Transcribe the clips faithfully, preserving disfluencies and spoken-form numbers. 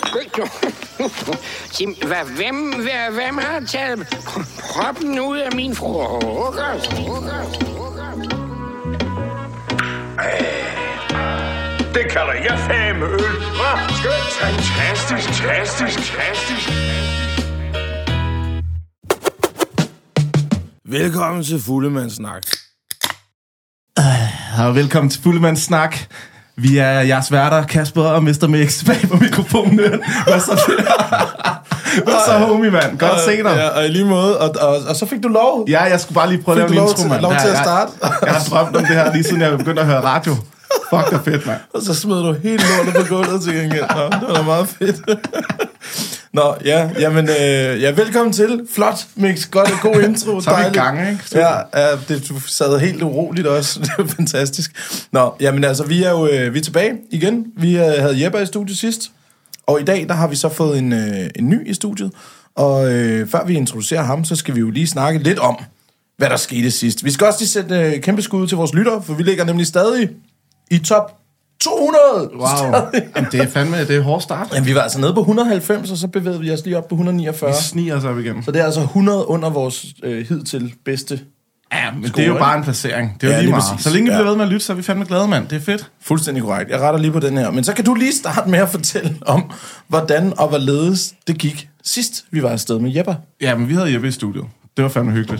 Hvem, hvem har taget proppen ud af min frokost? Det kalder jeg fame øl. Skønt, fantastisk, fantastisk, fantastisk. Velkommen til Fuldemandssnak. Uh, og velkommen til Fuldemandssnak. Vi er jeres værter, Kasper og mister Mix bag på mikrofonen. Hvad så Hvad så, homie, mand? Godt at se dig. Ja, og i lige måde. Og, og, og så fik du lov. Ja, jeg skulle bare lige prøve at lave en intro, mand. Lov til at starte. Jeg, jeg, jeg har drømt om det her, lige siden jeg begyndte at høre radio. Fuck, det er fedt, mand. Og så smed du helt lortet på gulvet til gengæld. Nå, det var da meget fedt. Nå, ja, jamen, øh, ja, velkommen til. Flot, Mix. Godt og god intro. Så er vi i gang, ikke? Ja, ja det, du sad helt uroligt også. Det var fantastisk. Nå, jamen altså, vi er jo øh, vi er tilbage igen. Vi øh, havde Jeppe i studiet sidst. Og i dag, der har vi så fået en, øh, en ny i studiet. Og øh, før vi introducerer ham, så skal vi jo lige snakke lidt om, hvad der skete sidst. Vi skal også lige sætte øh, kæmpe skud til vores lyttere, for vi ligger nemlig stadig i top to hundrede. Wow. Jamen, det er fandme, det er hårdt start. Jamen, vi var altså nede på et hundrede og halvfems, og så bevægede vi os lige op på et hundrede og niogfyrre. Vi sniger os op igen. Så det er altså hundrede under vores øh, hidtil bedste. Ja, men score, det er jo ikke? bare en placering. Det er jo Ja, lige lige meget. præcis. Så længe vi Ja. bliver ved med at lytte, så er vi fandme glade, mand. Det er fedt. Fuldstændig korrekt. Jeg retter lige på den her. Men så kan du lige starte med at fortælle om, hvordan og hvorledes det gik sidst, vi var afsted med Jeppe. Ja, men vi havde Jeppe i studiet. Det var fandme hyggeligt.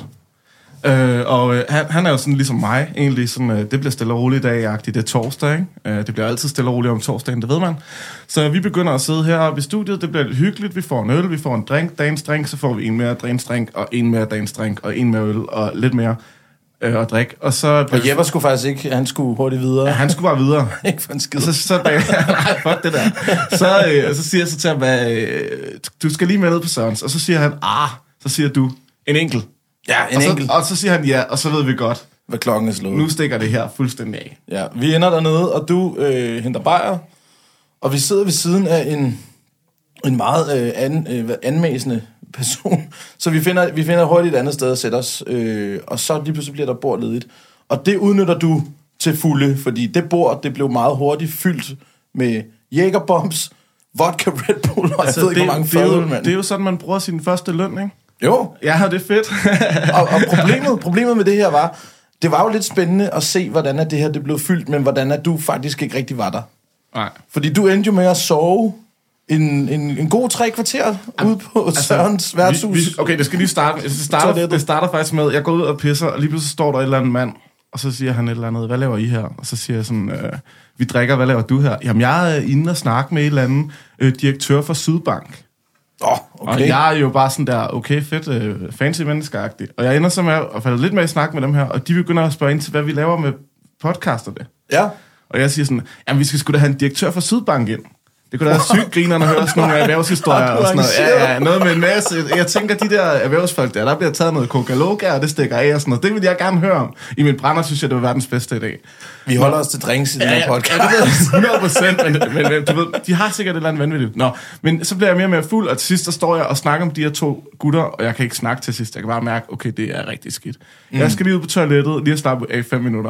Øh, og øh, han, han er jo sådan ligesom mig, egentlig sådan, øh, det bliver stille og roligt i dag-agtigt, det er torsdag, ikke? Øh, det bliver altid stille og roligt om torsdagen, det ved man. Så vi begynder at sidde heroppe i studiet, det bliver lidt hyggeligt, vi får en øl, vi får en drink, dagens drink, så får vi en mere dagens drink, og en mere dagens drink, og en mere øl, og lidt mere øh, at drikke. Og så... Og Jeppe skulle faktisk ikke, han skulle hurtigt videre. Ja, han skulle bare videre. Ikke for en skid. Så, så, nej, fuck det der. Så, øh, så siger jeg så til ham, øh, du skal lige med ned på Sørens, og så siger han, ah, så siger du, en enkelt. Ja, en og så, enkelt. Og så siger han ja, og så ved vi godt, hvad klokken er slået. nu stikker det her fuldstændig af. Ja, vi ender dernede, og du øh, henter bajer, og vi sidder ved siden af en, en meget øh, an, øh, anmæsende person, så vi finder, vi finder hurtigt et andet sted at sætte os, øh, og så lige pludselig bliver der bord ledigt. Og det udnytter du til fulde, fordi det bord, det blev meget hurtigt fyldt med Jägerbombs, vodka, Red Bull, og altså, jeg ved ikke, det, hvor mange det, er jo, fadøl, det er jo sådan, man bruger sin første løn, ikke? Jo. Ja, det er fedt. og, og problemet, problemet med det her var, det var jo lidt spændende at se, hvordan er det her det blev fyldt, men hvordan er du faktisk ikke rigtig var der. Nej. Fordi du endte jo med at sove en, en, en god tre kvarter ude på altså, Sørens værtshus. Vi, vi, okay, det skal lige starte. Det starter, det starter faktisk med, jeg går ud og pisser, og lige pludselig står der et eller andet mand, og så siger han et eller andet, hvad laver I her? Og så siger jeg sådan, øh, vi drikker, hvad laver du her? Jamen, jeg er inde og snakke med et eller andet øh, direktør for Sydbank. Oh, okay. Og jeg er jo bare sådan der, okay, fedt, øh, fancy menneskeagtigt. Og jeg ender så med at falde lidt med at snakke med dem her, og de begynder at spørge ind til, hvad vi laver med podcasterne. Ja. Og jeg siger sådan, jamen vi skal sgu da have en direktør for Sydbank ind. Det kunne da være sygt grinerne at høre sådan nogle erhvervshistorier og sådan noget. Ja, ja, noget med en masse. Jeg tænker, de der erhvervsfolk der, der bliver taget noget Coca-Cola, og det stikker af og sådan noget. Det vil jeg gerne høre om. I min brænder synes jeg, det var verdens bedste i dag. Vi holder os til drinks i den her podcast. Ja, det ved hundrede procent, men, men, men du ved, de har sikkert et eller andet vanvittigt. Nå, men så bliver jeg mere og mere fuld, og til sidst, der står jeg og snakker om de her to gutter, og jeg kan ikke snakke til sidst. Jeg kan bare mærke, okay, det er rigtig skidt. Mm. Jeg skal lige ud på toilettet, lige at slappe af fem minutter.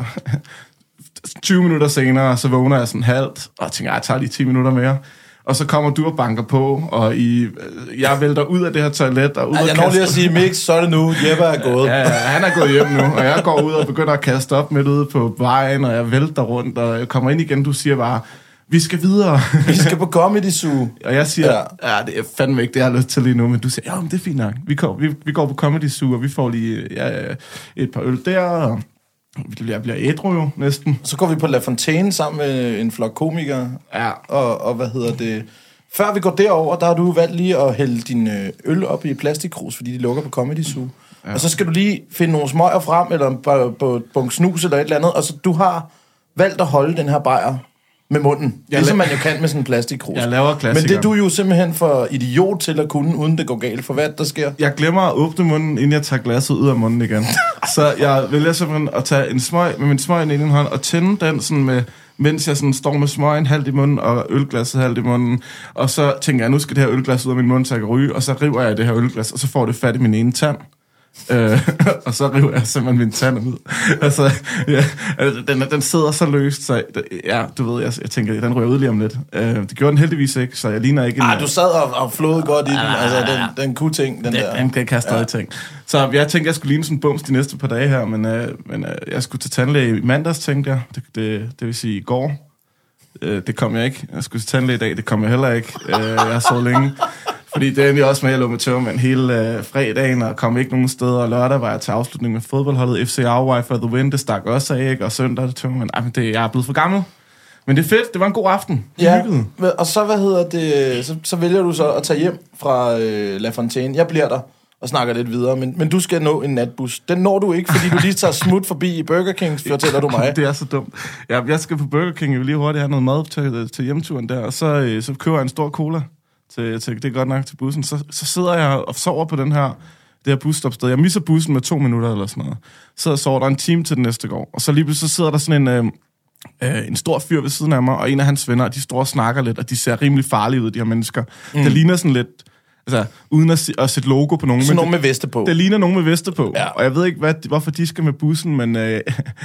tyve minutter senere, så vågner jeg sådan halvt, og jeg tænker, jeg tager lige ti minutter mere. Og så kommer du og banker på, og I, jeg vælter ud af det her toilet. Og ud jeg når lige at sige, Mix, så er det nu. Jeppe er gået. Ja, ja, han er gået hjem nu, og jeg går ud og begynder at kaste op midt ude på vejen, og jeg vælter rundt, og jeg kommer ind igen. Du siger bare, vi skal videre. Vi skal på Comedy Zoo. Og jeg siger, ja. ja, det er fandme ikke det, jeg har lyst til lige nu. Men du siger, ja, men det er fint nok. Vi går, vi, vi går på Comedy Zoo, og vi får lige ja, et par øl der, og jeg bliver ædru jo næsten. Så går vi på La Fontaine sammen med en flok komikere. Ja. Og, og hvad hedder det... Før vi går derover, der har du valgt lige at hælde din øl op i plastikkrus, fordi de lukker på Comedy Zoo. Ja. Og så skal du lige finde nogle smøger frem, eller på, på, på en snus eller et eller andet, og så du har valgt at holde den her bajer med munden. Jeg ligesom la- man jo kan med sådan en plastikkrus. Jeg laver klassikere. Men det er du jo simpelthen for idiot til at kunne, uden det går galt. For hvad der sker? Jeg glemmer at åbne munden, inden jeg tager glasset ud af munden igen. Så jeg vælger simpelthen at tage en smøg med min smøg i den ene hånd, og tænde den sådan med, mens jeg sådan står med smøgen halvt i munden, og ølglasset halvt i munden. Og så tænker jeg, nu skal det her ølglas ud af min mund, så jeg kan ryge, og så river jeg det her ølglas, og så får det fat i min ene tand. Øh, og så river jeg simpelthen min tand ud. Altså, ja, den, den sidder så løst, så ja, du ved, jeg, jeg tænker, den ryger ud lige om lidt. Øh, det gjorde den heldigvis ikke, så jeg ligner ikke en... Ah, du sad og, og flåede godt i den, altså den, den kunne ting, den, den der. Den kan jeg stadig ja. ting. Så jeg tænkte, jeg skulle ligne sådan en bums de næste par dage her, men, øh, men øh, jeg skulle til tandlæge i mandags, tænkte jeg. Det, det, det vil sige i går. Øh, det kom jeg ikke. Jeg skulle til tandlæge i dag, det kom jeg heller ikke. Øh, jeg så længe. Fordi det endelig også med, at jeg lå med tørmand hele øh, fredagen, og kom ikke nogen steder. Og lørdag var jeg til afslutning med fodboldholdet F C Hawaii for the win. Det stak også af, ikke? Og søndag er det tørmand. Ej, men det, jeg er blevet for gammel. Men det er fedt. Det var en god aften. Ja, og så, hvad hedder det, så, så vælger du så at tage hjem fra øh, La Fontaine. Jeg bliver der og snakker lidt videre, men, men du skal nå en natbus. Den når du ikke, fordi du lige tager smut forbi i Burger King, fortæller du mig. Det er så dumt. Ja, jeg skal på Burger King, jeg vil lige hurtigt have noget mad til, til hjemturen der, og så, øh, så køber jeg en stor cola. Til, til, det er godt nok til bussen. Så, så sidder jeg og sover på den her, det her busstopsted. Jeg misser bussen med to minutter eller sådan noget. Så jeg sover der en time til den næste går. Og så lige pludselig så sidder der sådan en, øh, øh, en stor fyr ved siden af mig, og en af hans venner, de står og snakker lidt, og de ser rimelig farlige ud, de her mennesker. Mm. Det ligner sådan lidt... Altså, uden at, at sætte logo på nogen. Sådan nogen med veste på. Det ligner nogen med veste på. Ja. Og jeg ved ikke, hvad, hvorfor de skal med bussen, men øh,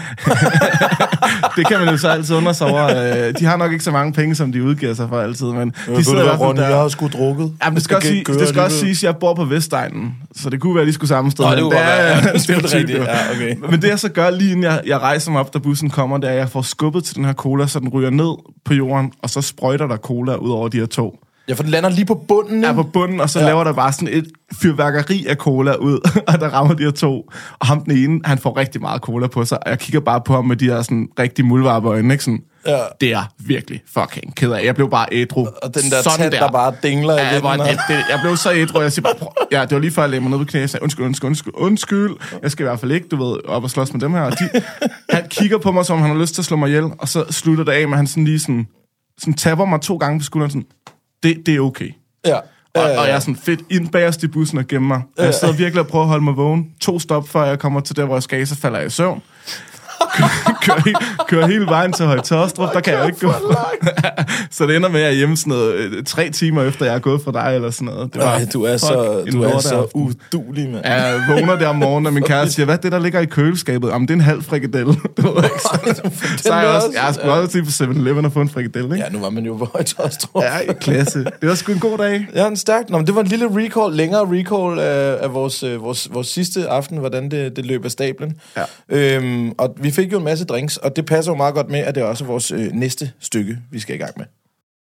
det kan man jo så altid undre sig over. Øh, de har nok ikke så mange penge, som de udgiver sig for altid, men øh, de sidder i hvert fald der. Jeg har sgu drukket. Jamen, det skal, også, sige, det skal også siges, at jeg bor på Vestegnen, så det kunne være, at de skulle samme sted. Nå, det, det, er, det, det, det er rigtigt. Ja, okay. Men det jeg så gør, lige inden jeg, jeg rejser mig op, da bussen kommer, det er, at jeg får skubbet til den her cola, så den ryger ned på jorden, og så sprøjter der cola ud over de her to. Ja, for den lander lige på bunden. Ja, på bunden, og så ja. laver der bare sådan et fyrværkeri af cola ud, og der rammer de her to. Og ham den ene, han får rigtig meget cola på sig, og jeg kigger bare på ham med de her sådan rigtig muldvarpe øjne, ikke sådan... Ja. Det er virkelig fucking ked af. Jeg blev bare ædru. Og den der tand, der. der bare dingler ja, jeg, var, det, det, jeg blev så ædru, og jeg siger bare... Ja, det var lige før, jeg lagde mig ned på knæ, jeg sagde, undskyld, undskyld, undskyld, undskyld. Jeg skal i hvert fald ikke, du ved, op og slås med dem her. Og de, han kigger på mig, som han har lyst til at slå mig ihjel, og så slutter det af med, han sådan lige sådan... Sådan tapper mig to gange på skulderen, sådan... Det, det er okay. Ja. Og, og jeg er sådan fedt ind bagerst i bussen og gemmer mig. Jeg sidder virkelig og prøver at holde mig vågen. To stop, før jeg kommer til der, hvor jeg skal, så falder jeg i søvn. kører, hele, kører hele vejen til Høje Taastrup, der kan jeg ikke gå. Så det ender med, at jeg er hjemme sådan noget, tre timer efter, jeg er gået fra dig, eller sådan noget. Det var Ej, du er så, du er så udulig, mand. Jeg vågner der om morgenen, og min kæreste siger, hvad er det, der ligger i køleskabet? Jamen, det er en halv frikadelle. Så jeg også, jeg skulle også lige på seven eleven og få en frikadelle, ikke? Ja, nu var man jo på Høje Taastrup. Ja, i klasse. Det var sgu en god dag. Ja, en stærk. Nå, men det var en lille recall, længere recall af, af vores, vores, vores sidste aften, hvordan det, det løb af stablen. Ja. Øhm, og vi fik jo en masse drinks, og det passer jo meget godt med, at det er også vores øh, næste stykke, vi skal i gang med.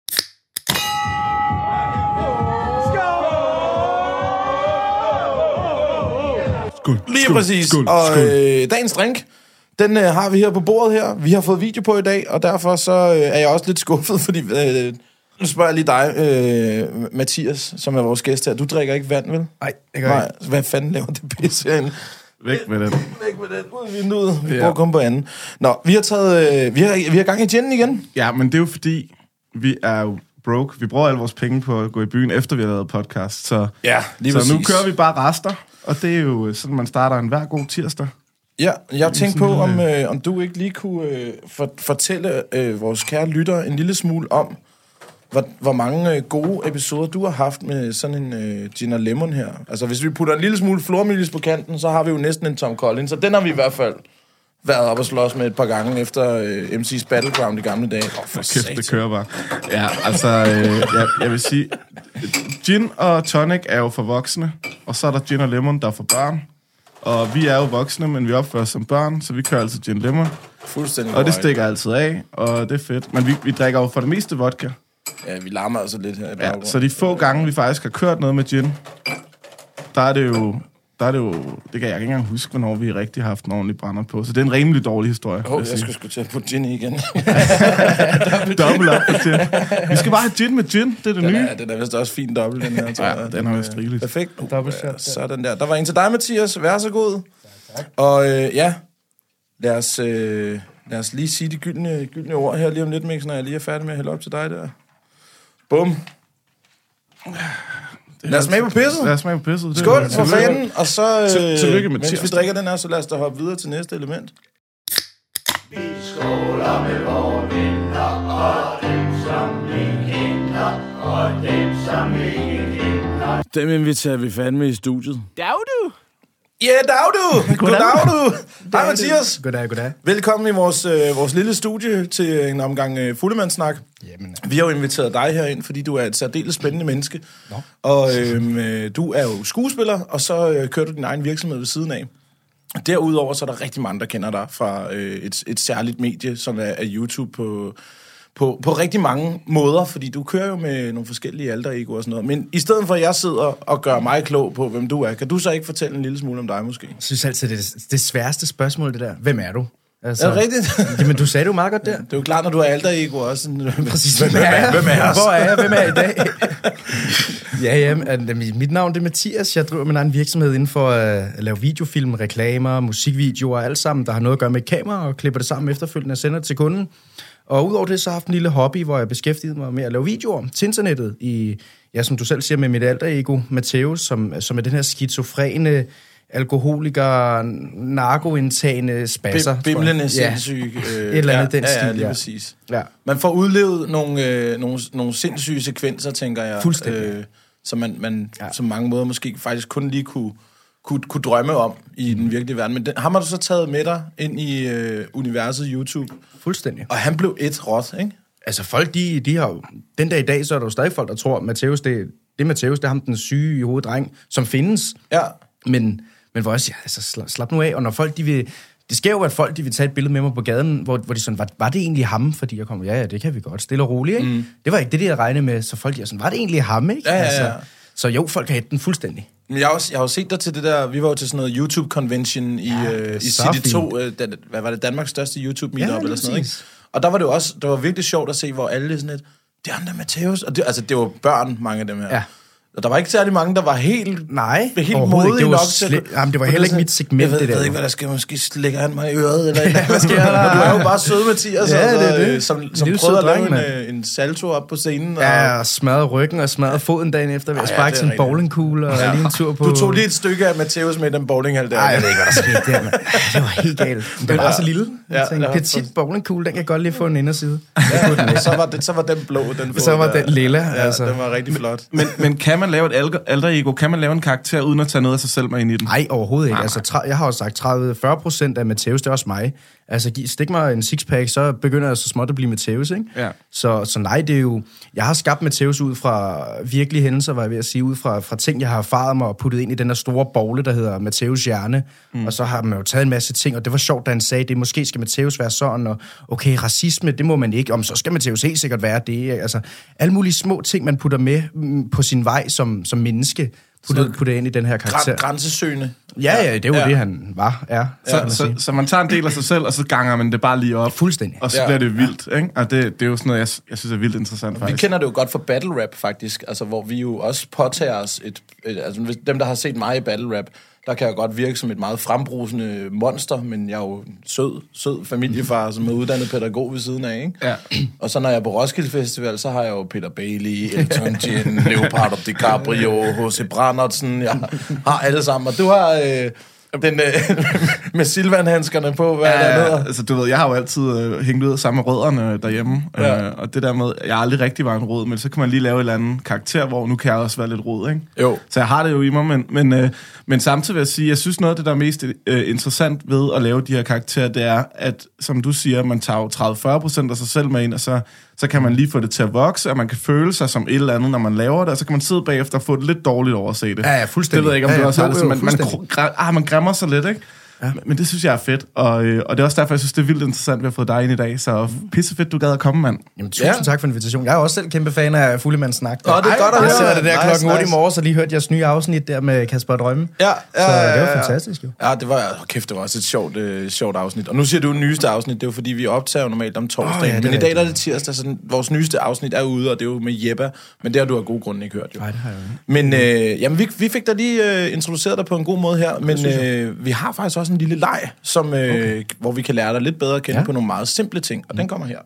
Skål. Lige skål, præcis. Skål, og skål. Øh, dagens drink, den øh, har vi her på bordet her. Vi har fået video på i dag, og derfor så øh, er jeg også lidt skuffet, fordi... Øh, nu spørger jeg lige dig, øh, Mathias, som er vores gæst her. Du drikker ikke vand, vel? Nej, jeg gør ikke. Hvad fanden laver det pisse herinde? Væk med den. Væk med den. Ud af vinduet. Vi prøver at komme på anden. Nå, vi har taget... Øh, vi, har, vi har gang i ginen igen. Ja, men det er jo fordi, vi er jo broke. Vi bruger alle vores penge på at gå i byen, efter vi har lavet podcast. Så, ja, lige så præcis. nu kører vi bare rester. Og det er jo sådan, man starter en hver god tirsdag. Ja, jeg tænkte på, om, øh, om du ikke lige kunne øh, for, fortælle øh, vores kære lyttere en lille smule om, hvor, hvor mange øh, gode episoder du har haft med sådan en øh, Gin og Lemon her. Altså, hvis vi putter en lille smule flormelis på kanten, så har vi jo næsten en Tom Collins, så den har vi i hvert fald været op og slås med et par gange efter øh, M C's Battleground i gamle dage. Oh, for kæft, det kører bare. Ja, altså, øh, jeg, jeg vil sige, gin og tonic er jo for voksne, og så er der gin og lemon, der er for børn. Og vi er jo voksne, men vi opfører os som børn, så vi kører altid gin lemon. Fuldstændig. Og det stikker altid af, og det er fedt. Men vi, vi drikker jo for det meste vodka. Ja, vi larmer altså lidt her i baggrunden. Ja, så de få gange, vi faktisk har kørt noget med gin, der er det jo... Der er det jo... Det kan jeg ikke engang huske, hvornår vi rigtig har haft en ordentlig brænder på. Så det er en rimelig dårlig historie. Åh, oh, jeg, jeg skal sgu til at putte gin i igen. Dobbelt op på gin. Vi skal bare have gin med gin, det er det den nye. Er, den er vist også fin dobbelt, den her, tror jeg. Ja, den har vist rigeligt. Perfekt. Uh, sådan der. Der var en til dig, Mathias. Vær så god. Tak. Og øh, ja, lad os, øh, lad os lige sige de gyldne, gyldne ord her lige om lidt, Mix, når jeg lige er færdig med at hælde op til dig der. Bum. Lad os smage på pisset. Lad os smage på pisset. Skål for fanden. Og så, øh, tillykke, mens vi drikker den her, så lad os da hoppe videre til næste element. Vi skåler med vore venner, og dem som vi kender, og dem som vi ikke kender. Dem inviterer vi fandme i studiet. Der er du. Ja, dag du! Goddag du! Hej Mathias! Goddag, goddag. Velkommen i vores, øh, vores lille studie til en omgang øh, Fuldemandssnak. Jamen, Vi har jo inviteret dig herind, fordi du er et særdeles spændende menneske. Nå. Og øh, du er jo skuespiller, og så øh, kører du din egen virksomhed ved siden af. Derudover så er der rigtig mange, der kender dig fra øh, et, et særligt medie, som er, er YouTube på... På, på rigtig mange måder, fordi du kører jo med nogle forskellige alter ego og sådan noget. Men i stedet for, at jeg sidder og gør mig klog på, hvem du er, kan du så ikke fortælle en lille smule om dig måske? Jeg synes altid, det er det sværeste spørgsmål, det der. Hvem er du? Altså, er det rigtigt? Jamen, du sagde det jo meget godt der. Det er jo klart, når du er alter ego også. Sådan, præcis. Hvem er jeg? Hvem er jeg? Hvor er jeg? Hvem er jeg i dag? ja, ja. Mit navn det er Mathias. Jeg driver min egen virksomhed inden for at lave videofilm, reklamer, musikvideoer, alt sammen, der har noget at gøre med et kamera, og klipper det sammen efterfølgende og sender det til kunden. Og udover det, så har jeg haft en lille hobby, hvor jeg beskæftigede mig med at lave videoer til internettet i, ja, som du selv siger, med mit alter ego, Matteus, som, som er den her skizofrene, alkoholiker, narkoindtagende spasser. Bimlende sindssyge. Ja. Øh, Et eller andet ja, den ja, stil, ja, lige ja. præcis. Ja. Man får udlevet nogle, øh, nogle, nogle sindssyge sekvenser, tænker jeg. Fuldstændig. Øh, som man, man Ja. som mange måder måske faktisk kun lige kunne, kunne, kunne drømme om i den virkelige verden. Men den, ham har du så taget med dig ind i øh, universet YouTube. Fuldstændig. Og han blev et råt, ikke? Altså folk, de, de har jo... Den dag i dag, så er der jo stadig folk, der tror, at Matteus, det, det er Matteus, det er ham den syge i hovedet dreng, som findes. Ja. Men, Men hvor jeg siger, altså slap, slap nu af, og når folk, de vil... Det sker jo, at folk, de vil tage et billede med mig på gaden, hvor, hvor de sådan, var, var det egentlig ham? Fordi jeg kommer, ja, ja, det kan vi godt, stille og roligt, ikke? Mm. Det var ikke det, jeg regnede med, så folk, de er sådan, var det egentlig ham, ikke? Ja, ja, ja. Altså, så jo, folk har hættet den fuldstændig. Men jeg har, også, jeg har jo set dig til det der, vi var jo til sådan noget YouTube-convention i, Ja, øh, i så City to, øh, den, hvad var det, Danmarks største YouTube-meetup Ja, eller sådan noget, ikke? præcis. Og der var det jo også, det var virkelig sjovt at se, hvor alle sådan et, det er ham der Matteus, og det, altså det var børn, mange af dem her. Ja. Og der var ikke særlig mange, der var helt, Nej, helt overhovedet ikke. modige Det var nok slet- til... Jamen, det var for heller ikke sådan, mit segment, jeg ved, det der. Jeg ved ikke, hvad der sker. Måske slækker han mig i øret, eller ja, hvad sker der? Og du er jo bare sød, Mathias, Ja, altså, det er det. øh, som, som Lille prøvede at sød lave dreng, en, mand. øh, en salto op på scenen. Og, Ja, og smadrede ryggen og smadrede foden dagen efter ved at Ej, ja, sparke det er sin rigtigt. bowlingkugle og Ja. lige en tur på... Du tog lige et stykke af Matteus med i den bowlinghal der. Ej, jeg ved ikke, hvad der skete der, mand. Det var helt galt. Den var Ja. så lille. Ja, Jeg tænkte, det var- petit bowlingkugle, den kan godt lige få en inderside. Ja, så, var det, så var den blå, den Så var der. den lilla, Ja, altså. den var rigtig flot. Men, men kan man lave et alter alter ego? Kan man lave en karakter, uden at tage noget af sig selv med ind i den? Nej, overhovedet ikke. Altså, tra- jeg har jo sagt tredive til fyrre procent af Matteus, det er også mig. Altså, giv- stik mig en sixpack, så begynder jeg så småt at blive Matteus, ikke? Ja. Så, så nej, det er jo... Jeg har skabt Matteus ud fra virkelige hændelser, var jeg ved at sige, ud fra, fra ting, jeg har erfaret mig og puttet ind i den der store bogle, der hedder Matteus hjerne. Mm. Og så har man jo taget en masse ting, og det var sjovt, da han sagde, det måske skal Matteus være sådan, og okay, racisme, det må man ikke, om så skal Matteus helt sikkert være det. Altså, alle mulige små ting, man putter med mm, på sin vej som, som menneske, putter, putter ind i den her karakter. Græn, grænsesøgende. Ja, ja, det er jo Ja. ja. det, han var, er. Så, ja, så, så man tager en del af sig selv, og så ganger man det bare lige op. Fuldstændig. Og så Ja. bliver det vildt, ikke? Og det, det er jo sådan noget, jeg, jeg synes er vildt interessant, Vi faktisk. kender det jo godt fra battle rap, faktisk. Altså, hvor vi jo også påtager os et... et altså, hvis- dem, der har set mig i battle rap, der kan jeg godt virke som et meget frembrusende monster, men jeg er jo en sød, sød familiefar, som er uddannet pædagog ved siden af, ikke? Ja. Og så når jeg er på Roskilde Festival, så har jeg jo Peter Bailey, Elton John, Leonardo DiCaprio, H C Brandertsen, jeg har alle sammen. Og du har... Øh, den øh, med silvanhandskerne på, hvad Ja, der ja, hedder. altså du ved, jeg har jo altid øh, hængt ud sammen med rødderne derhjemme, Ja. øh, og det der med, jeg aldrig rigtig var en rød, men så kan man lige lave et eller andet karakter, hvor nu kan jeg også være lidt rød, ikke? Jo. Så jeg har det jo i mig, men, men, øh, men samtidig vil jeg sige, jeg synes noget af det, der er mest øh, interessant ved at lave de her karakterer, det er, at som du siger, man tager jo tredive til fyrre procent af sig selv med ind, og så, så kan man lige få det til at vokse, og man kan føle sig som et eller andet, når man laver det, og så kan man sidde bagefter og få det lidt dårligt over at se det. Ja, ja, fuldstændig. Det ved jeg ikke, om Ja, du ja, også har jo, det, jo, så man, man, fuldstændig. gr- ah, man græmmer sig lidt, ikke? Ja. Men, men det synes jeg er fedt, og, øh, og det er også derfor, jeg synes, det er vildt interessant, at vi har fået dig ind i dag. Så pissefedt, du gad at komme, mand. Jamen, tusind Ja. ja. tak for invitationen. Jeg er også selv kæmpe fan af Fuldemands Snak. Nå, det er godt at Jeg høre. ser det der Nice, klokken otte nice. i morges, og lige hørte jeres nye afsnit der med Kasper Drømme. Ja, ja, Så ja, det var ja, ja. fantastisk, jo. Ja, det var, oh, kæft, det var også et sjovt, øh, sjovt afsnit. Og nu siger du nyeste afsnit, det er jo fordi, vi optager normalt om torsdagen. Åh, ja, det men er i dag der er rigtigt. det tirsdag, så den, vores nyeste afsnit er ude, og det er jo med Jeppa. Men det har du af gode grunde ikke hørt, jo. Nej, det har jeg jo ikke. Men øh, jamen, vi, vi fik da lige øh, introduceret dig på en god måde her, men øh, vi har faktisk også en lille leg, som, øh, okay. hvor vi kan lære dig lidt bedre at kende ja. Ja. på nogle meget simple ting, og mm. den kommer her.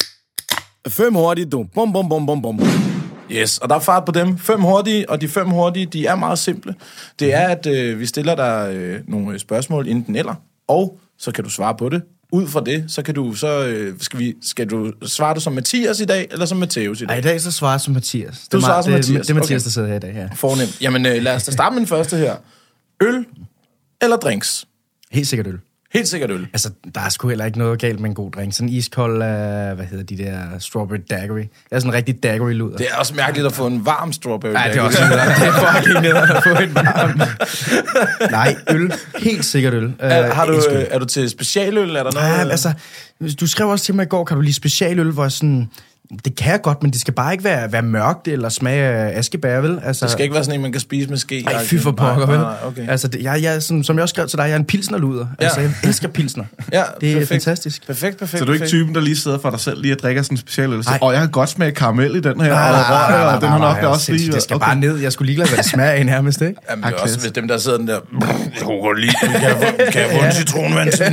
Fem hurtige, du. Bum, bum, bum, bum, bum. Yes, og der er fart på dem. Fem hurtige, og de fem hurtige, de er meget simple. Det er, at øh, vi stiller dig øh, nogle spørgsmål enten eller, og så kan du svare på det. Ud fra det, så kan du så øh, skal vi skal du svare det som Mathias i dag eller som Matteus i dag? Ej, i dag så svarer jeg som Mathias. Det Du er svarer meget- som det, Mathias. Det er Mathias, Okay. der sidder her i dag, ja. Fornemt. Jamen øh, lad os da starte med den første her. Øl eller drinks? Helt sikkert øl. Helt sikkert øl. Altså, der er sgu heller ikke noget galt med en god drink. Sådan en iskold, uh, hvad hedder de der, strawberry daiquiri. Det er sådan en rigtig daiquiri-luder. Det er også mærkeligt at få en varm strawberry. Nej, det er også det er fucking nederen at få en varm. Nej, øl. Helt sikkert øl. Uh, Er, har du, elsker øh, øl. er du til specialøl? Er der noget? Ja, altså, du skrev også til mig i går, kan du lide specialøl, hvor jeg sådan... Det kan jeg godt, men det skal bare ikke være, være mørkt eller smage af askebær, vel? Altså, Det skal ikke være sådan en, man kan spise med ske. Ej, fy for pokker, vel? Nej, okay. Altså, det, jeg, jeg, sådan, som jeg også skrev til dig, jeg er en pilsnerluder. Ja. Altså, jeg elsker pilsner. Ja, det er perfekt. fantastisk. Perfekt, perfekt. Så du er ikke perfekt. typen, der lige sidder for dig selv lige at drikke sådan en special øl? Nej. Og jeg har godt smag karamel i den her, Nej, og nej, nej, røg, nej, og den har nej, nok nej, også lige... Det skal bare ned. Jeg skulle ligeglade, hvad det smager af nærmest, ikke? Jamen, det er Ah, også klasse. hvis dem, der sidder den der... Jeg kunne godt lide, kan jeg få, kan jeg få en citronvand til den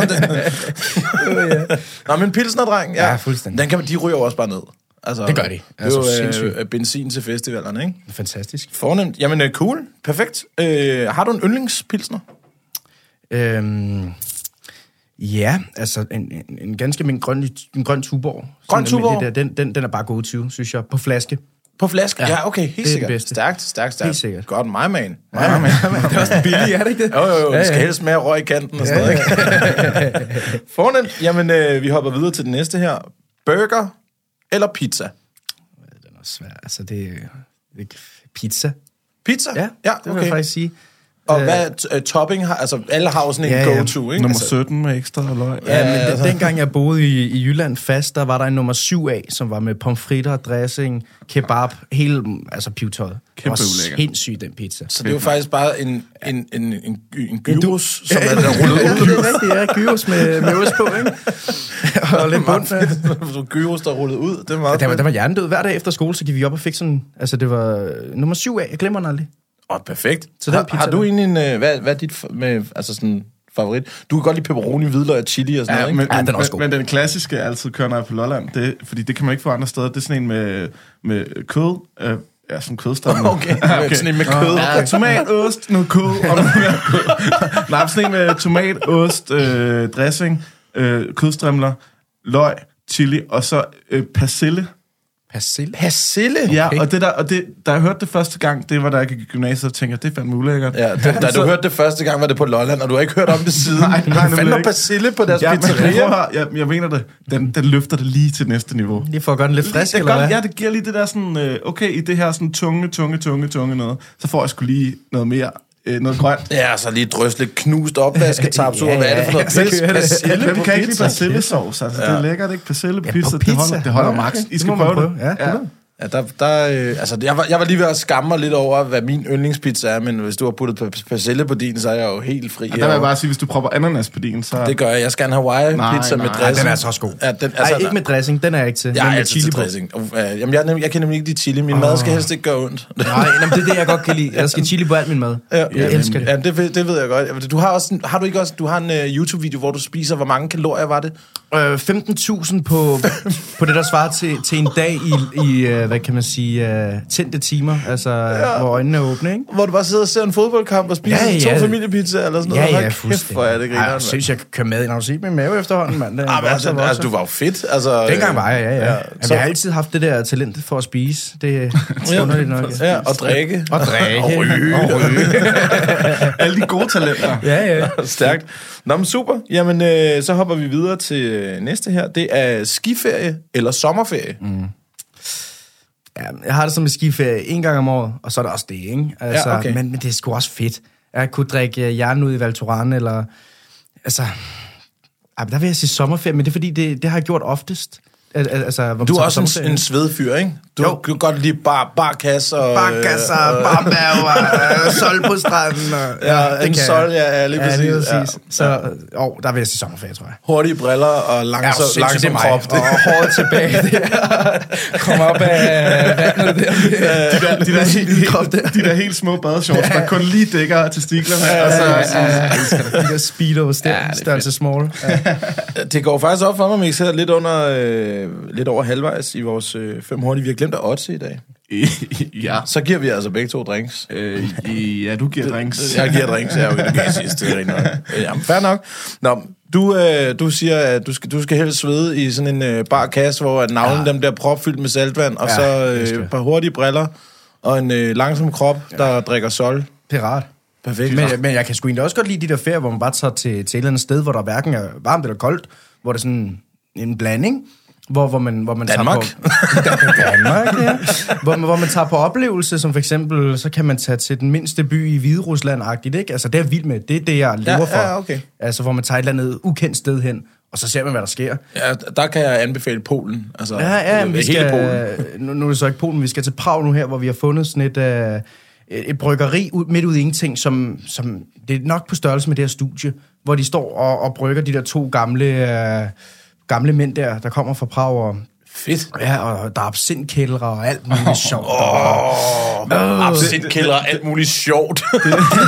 porter? Nå, men pilsnerdreng, ja. Ja, fuldstændig. Den kan man, de ryger jo også bare ned. Altså, Det gør de. Det er Altså, jo sindssygt. øh, benzin til festivalerne, ikke? Fantastisk. Fornemt. Jamen, øh, cool. Perfekt. Øh, har du en yndlingspilsner? Øhm, ja, altså en, en, en ganske min grøn, en grøn Tuborg. Grøn Sådan Tuborg? almindelig Der, den, den, den er bare god tyve, synes jeg. På flaske. På flaske? Ja, Ja, ja okay. Helt det er det sikkert. bedste. Stærkt, stærkt, stærkt. Helt sikkert. Godt, my man. My Ja, man. det er også billigt, er det ikke det? Jo, jo, jo. Ja, Det skal ja. helst smage af røg i kanten og sådan noget, ikke? Fornemt. Jamen, øh, vi hopper videre til den næste her. Burger eller pizza? Den er også svær. Altså, det er det er pizza. Pizza? Ja, ja det vil jeg faktisk sige. Og Øh, hvad t- uh, topping har... Altså, alle har jo sådan en Ja, ja. go-to, ikke? Nummer Altså, sytten med ekstra løg. Ja, men altså. den, dengang jeg boede i, i Jylland fast, der var der en nummer syv A, som var med pomfritter, dressing, kebab, hele, altså pivtøjet. Det var ulækker. sindssygt, den pizza. Så det er jo faktisk bare en, en, en, en, en gyros, som er der rullet Ja, ud. det er rigtigt, ja. Gyros med, med ost på, ikke? Og lidt bund. Så gyros, der er rullet ud. Det er meget Der var, fedt. der var hjernedød. Hver dag efter skole, så gik vi op og fik sådan... Altså, det var øh, nummer syv A. Jeg glemmer den aldrig. Åh, perfekt. Så den har, pizza har du der. egentlig en... øh, Hvad, hvad er dit f- med, altså sådan, favorit? Du kan godt lide pepperoni, hvidløg og chili og sådan Ja, noget, men, ikke? Ja, men, den er også men, god. men den klassiske, jeg altid kører, når jeg er på Lolland, det, fordi det kan man ikke få andre steder, det er sådan en med, med kød, øh, ja, sådan kødstamme. Okay, okay. Sådan en med kød. Ja, tomat, ost, noget kød og noget mere kød. Nej, sådan en med tomat, ost, øh, dressing, øh, kødstrimler, løg, chili og så øh, persille. Persille. Persille? Ja, og det der, og det, da jeg hørte det første gang, det var da jeg gik i gymnasiet, og tænkte, det er fandme ulækkert. Ja, da, da du hørte det første gang, var det på Lolland, og du har ikke hørt om det siden. Nej, nej, Hvad nemlig fanden var ikke. persille på deres Ja, men pizzeria? prøv at høre, jeg, jeg mener det. Den, den løfter det lige til næste niveau. Lige for at gøre den lidt frisk, det eller godt, hvad? ja, det giver lige det der sådan, øh, okay, i det her sådan tunge, tunge, tunge, tunge noget, så får jeg sgu lige noget mere, øh, noget grønt. Ja, så lige drøs lidt knust opvasketaps ud. Ja, Hvad er det for ja, noget så pis? kører det. Persille Hvem på kan ikke lide pizza? persillesauce? Altså, det er lækkert, ikke? Persille på Ja, pizza, på det pizza. holder, det holder Nå, max. okay. I Det skal må man prøve prøve. det. Ja, det er det. Ja, der, der, øh, altså, jeg var, jeg var lige ved at skamme mig lidt over, hvad min yndlingspizza er, men hvis du har puttet p- persille på din, så er jeg jo helt fri. Og der vil jeg bare sige, hvis du propper ananas på din, så... Det gør jeg. Jeg skal have en Hawaii-pizza Nej, med nej. dressing. Ja, den er altså også god. Ja, den, Nej, ikke med dressing, den er jeg ikke til. Jeg Men er med altid til på. dressing. Uh, jamen, jeg, er nemlig- jeg kan nemlig ikke lide chili. Min oh. mad skal helst ikke gøre ondt. Nej, jamen, det er det, jeg godt kan lide. Jeg skal chili på alt min mad. Ja. Jeg elsker det. Ja, det, ved- det ved jeg godt. Du har, også, en- har du ikke også du har en uh, YouTube-video, hvor du spiser, hvor mange kalorier var det? Øh, femten tusind på, på det, der svarer til, til en dag i, i uh, hvad kan man sige, uh, tændte timer, altså ja. Hvor øjnene er åbne, ikke? Hvor du bare sidder og ser en fodboldkamp og spiser Ja, to ja. familiepizzaer eller sådan Ja, noget. ja, Hold kæft, fuldstændig. hvor er det griner. Ej, jeg synes, jeg kan køre med ind. Har du set min mave efterhånden, mand? Det er Ah, men altså, vokset, altså, du var jo fedt. Altså, Dengang var jeg, ja, ja. Ja, ja så- jeg har altid haft det der talent for at spise. Det er underligt nok. Ja, og drikke. Og drikke. Og ryge. Og ryge. Alle de gode talenter. Ja, ja. Stærkt. Nå, men super. Jamen, øh, så hopper vi videre til øh, næste her. Det er skiferie eller sommerferie. Mm. Ja, jeg har det som en skiferie en gang om året, og så er det også det, ikke? Altså, Ja, okay. men, men det er sgu også fedt. Jeg kunne drikke hjernen ud i Val Thorens, eller... Altså... Ej, der vil jeg sige sommerferie, men det er fordi, det, det har jeg gjort oftest. Al- al- Altså, hvor man Du er tager på også en, sommerferie. en svedfyr, ikke? Du Jo. du kan godt lide bar, bar kasse og... Bare kasser, bare bæver, øh, sol på stranden. Og, Ja, det en kan sol, jeg. ja, ja, lige præcis. Ja, lige præcis. Ja. Så, åh, der vil jeg sige sommerferie, tror jeg. Hurtige briller og langsom, sindssygt, langsom det er mig. krop. Det. Og håret tilbage der. Kommer op af vandet der. De der, de, der, Lille krop der. de, de der helt små badeshorts, der kun lige dækker testiklerne. Ja, Ja, altså, ja, ja, jeg elsker det. De der speedos der, er størrelse small. Ja. det går faktisk op for mig, at vi sidder lidt, under, øh, lidt over halvvejs i vores øh, fem hurtige. Vi har glemt at oddse i dag. ja. Så giver vi altså begge to drinks. Øh, ja, du giver drinks. Jeg giver drinks, ja, okay, du giver sidst. Det er rigtig nok. Jamen, fair nok. Nå, du, øh, du siger, at du skal, du skal helst svede i sådan en øh, bar kasse, hvor at navlen Ja. dem der propfyldt med saltvand, og Ja, så det øh, skal et jeg. par hurtige briller, og en øh, langsom krop, der drikker sol. Det er rart. Perfekt. Men, men jeg kan sgu egentlig også godt lide de der ferier, hvor man bare tager til, til et eller andet sted, hvor der hverken er varmt eller koldt, hvor der er sådan en blanding, hvor, hvor man, hvor man Danmark. tager på... Danmark, ja. Hvor, hvor man tager på oplevelse, som for eksempel, så kan man tage til den mindste by i Hviderusland-agtigt, ikke? Altså, det er vildt med. Det er det, jeg lever Ja, for. ja, okay. Altså, hvor man tager et eller andet ukendt sted hen, og så ser man, hvad der sker. Ja, der kan jeg anbefale Polen. Altså, Ja, ja, hele vi skal, Polen. nu, nu er det så ikke Polen, vi skal til Prag nu her, hvor vi har fundet sådan et, uh, et bryggeri ud, midt ude i ingenting, som, som det er nok på størrelse med det her studie, hvor de står og, og brygger de der to gamle, uh, gamle mænd der, der kommer fra Prag, og Fedt. ja, og der er absintkældre og alt muligt sjovt. Åh, oh, absintkælder og alt muligt sjovt. Det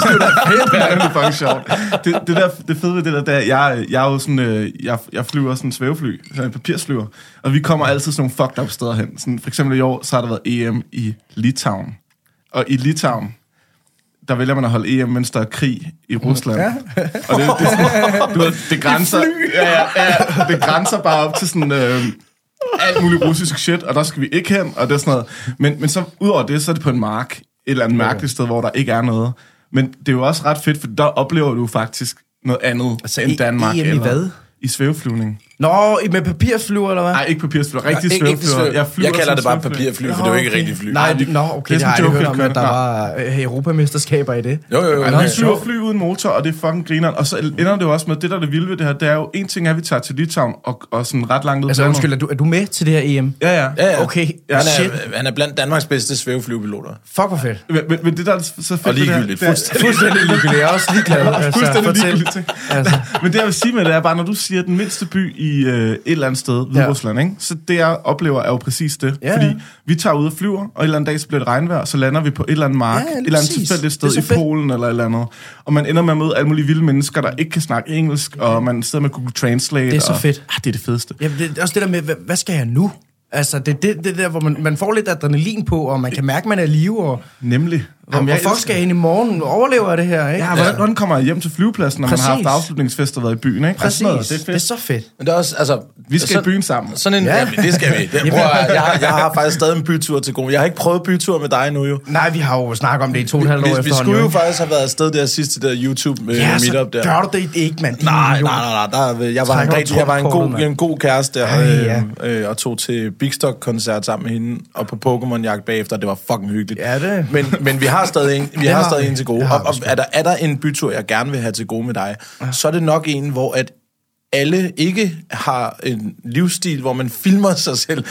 er nemlig fucking sjovt. Det, det, der, det fede ved det der, der jeg, jeg er jo sådan, øh, jeg, jeg flyver sådan en svævefly, sådan en papirsflyver, og vi kommer altid sådan nogle fucked up steder hen. Sådan, for eksempel i år, så har der været E M i Litauen. Og i Litauen, der vælger man at holde E M, mens der er krig i Rusland. Ja. Og det, det, du ved, det grænser, ja, ja, ja, det grænser bare op til sådan... Øh, alt muligt russisk shit, og der skal vi ikke hen, og det er sådan noget. Men, men så udover det, så er det på en mark, et eller andet mærkeligt sted, hvor der ikke er noget. Men det er jo også ret fedt, for der oplever du faktisk noget andet Altså, end Danmark. E M i eller hvad? I svæveflyvning. Nå, med papirsflyver, eller hvad? Nej, ikke papirsflyver, rigtig Ikke- ikke svæveflyver. svæv- Jeg, Jeg kalder det bare papirfly, for det er jo ikke rigtig fly. Nej, det- nå, okay, det det, er det har sådan jeg en hørt om, joke, at der jeg var øh, europamesterskaber i det. Jo, jo, jo. Ej, jo, vi jo. flyver fly uden motor, og det er fucking grineren. Og så ender det jo også med, det der er det vilde ved det her, det er jo, en ting er, at vi tager til Litauen, og, og sådan ret langt ud. Altså, på landet. undskyld, er du, er du med til det her E M? Ja, ja. Ja, ja. Okay, Han shit. er, han er blandt Danmarks bedste svæveflyvepiloter. Fuck, hvor fedt. Men, men, men det der er så fedt Og ved det her, ligegyldigt. det er- Fuldstændig. Fuldstændig ligegyldigt. Jeg er også ligeglad. Altså, Fuldstændig fortæl. ligegyldigt ting. Altså. Men det, jeg vil sige med det, er bare, når du siger, at den mindste by i øh, et eller andet sted, Hviderusland, ikke? Så det, jeg oplever, er jo præcis det. Ja, Fordi ja. vi tager ud og flyver, og et eller andet dag, så bliver det regnvejr, så lander vi på et eller andet mark, Ja, ja, et eller andet præcis. tilfældigt Det er sted så i fedt. Polen eller et eller andet. Og man ender med at møde alle mulige vilde mennesker, der ikke kan snakke engelsk, og man sidder med Google Translate. Det er så og, fedt. Ah, det er det fedeste. Ja, det er også det der med, hvad, hvad skal jeg nu? Altså, det er det, det der, hvor man, man får lidt adrenalin på, og man kan mærke, at man er i live, og Nemlig. hvor, hvor fuck skal jeg ind i morgen? Overlever jeg det her, ikke? Ja, hvordan, hvordan kommer jeg hjem til flyvepladsen, når Præcis. man har haft afslutningsfest og været i byen, ikke? Præcis. Altså, sådan noget, Det er så fedt. Men det er også, altså... Vi skal så, i byen sammen. Sådan en, Ja. ja. Jamen, det skal vi. Det, prøv, at- jeg, har, jeg har faktisk stadig en bytur til gode. Jeg har ikke prøvet bytur med dig nu, jo. Nej, vi har jo snakket om det i to og et halvt år Vi, vi efterhånden. skulle jo ikke? faktisk have været afsted der sidste der YouTube med Ja, så meetup der. gør du det ikke, mand. Din Nej, idiot. nej, nej, nej. Der, jeg, var Træk en, over rigtig, jeg var en trumkortet, god, mand. en god kæreste der, Ej, ja. øh, øh, og tog til Big Stock-koncert sammen med hende, og på Pokémon-jagt bagefter. Det var fucking hyggeligt. Ja, det- Men, men vi har stadig en, vi Det har har stadig vi. en til gode. Det har Og, vi og sgu. er, der, er der en bytur, jeg gerne vil have til gode med dig, så er det nok en, hvor at alle ikke har en livsstil, hvor man filmer sig selv.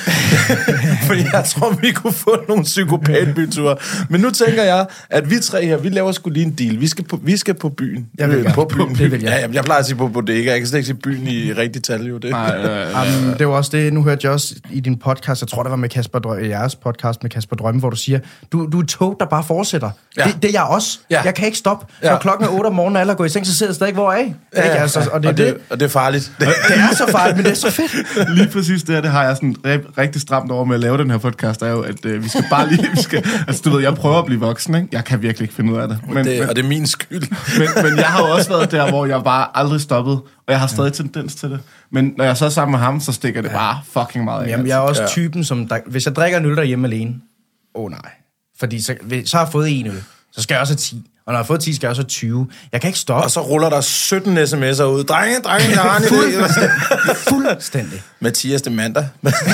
Fordi jeg tror, vi kunne få nogle psykopatbyture. Men nu tænker jeg, at vi tre her, vi laver sgu lige en deal. Vi skal på, vi skal på byen. Jeg vil Øh, gerne. på byen. Det vil jeg. Ja, jamen, jeg plejer at sige på bodega. Jeg kan slet ikke sige byen i rigtig tal, jo. Det. Nej, øh, Um, det var også det, nu hørte jeg også i din podcast, jeg tror, det var med Kasper Drømme, jeres podcast med Kasper Drømme, hvor du siger, du, du er et tog, der bare fortsætter. Ja. Det, det er jeg også. Ja. Jeg kan ikke stoppe. Ja. Når klokken er otte om morgenen, og alle er gået i seng, så sidder jeg stadig hvor af. Ja, Ikke? Altså, og det er og, det, det. og det er farligt. Det, Det er så farligt, men det er så fedt. lige præcis det her, det har jeg sådan re- rigtig stramt over med at lave den her podcast, er jo, at øh, vi skal bare lige, vi skal, altså du ved, jeg prøver at blive voksen, ikke? Jeg kan virkelig ikke finde ud af det. Men, det, men, og det er min skyld. men, men jeg har jo også været der, hvor jeg bare aldrig stoppet, og jeg har stadig tendens til det. Men når jeg så er sammen med ham, så stikker det bare fucking meget af. Jamen, jeg er også Ja. typen, som, der, hvis jeg drikker en øl derhjemme alene, åh oh, nej. Fordi så, så har jeg fået en øl, så skal jeg også have ti. Og når jeg har fået ti, skal jeg også have tyve. Jeg kan ikke stoppe. Og så ruller der sytten sms'er ud. Drenge, drenge, jeg har en idé. Fuldstændig. Mathias, det er mandag.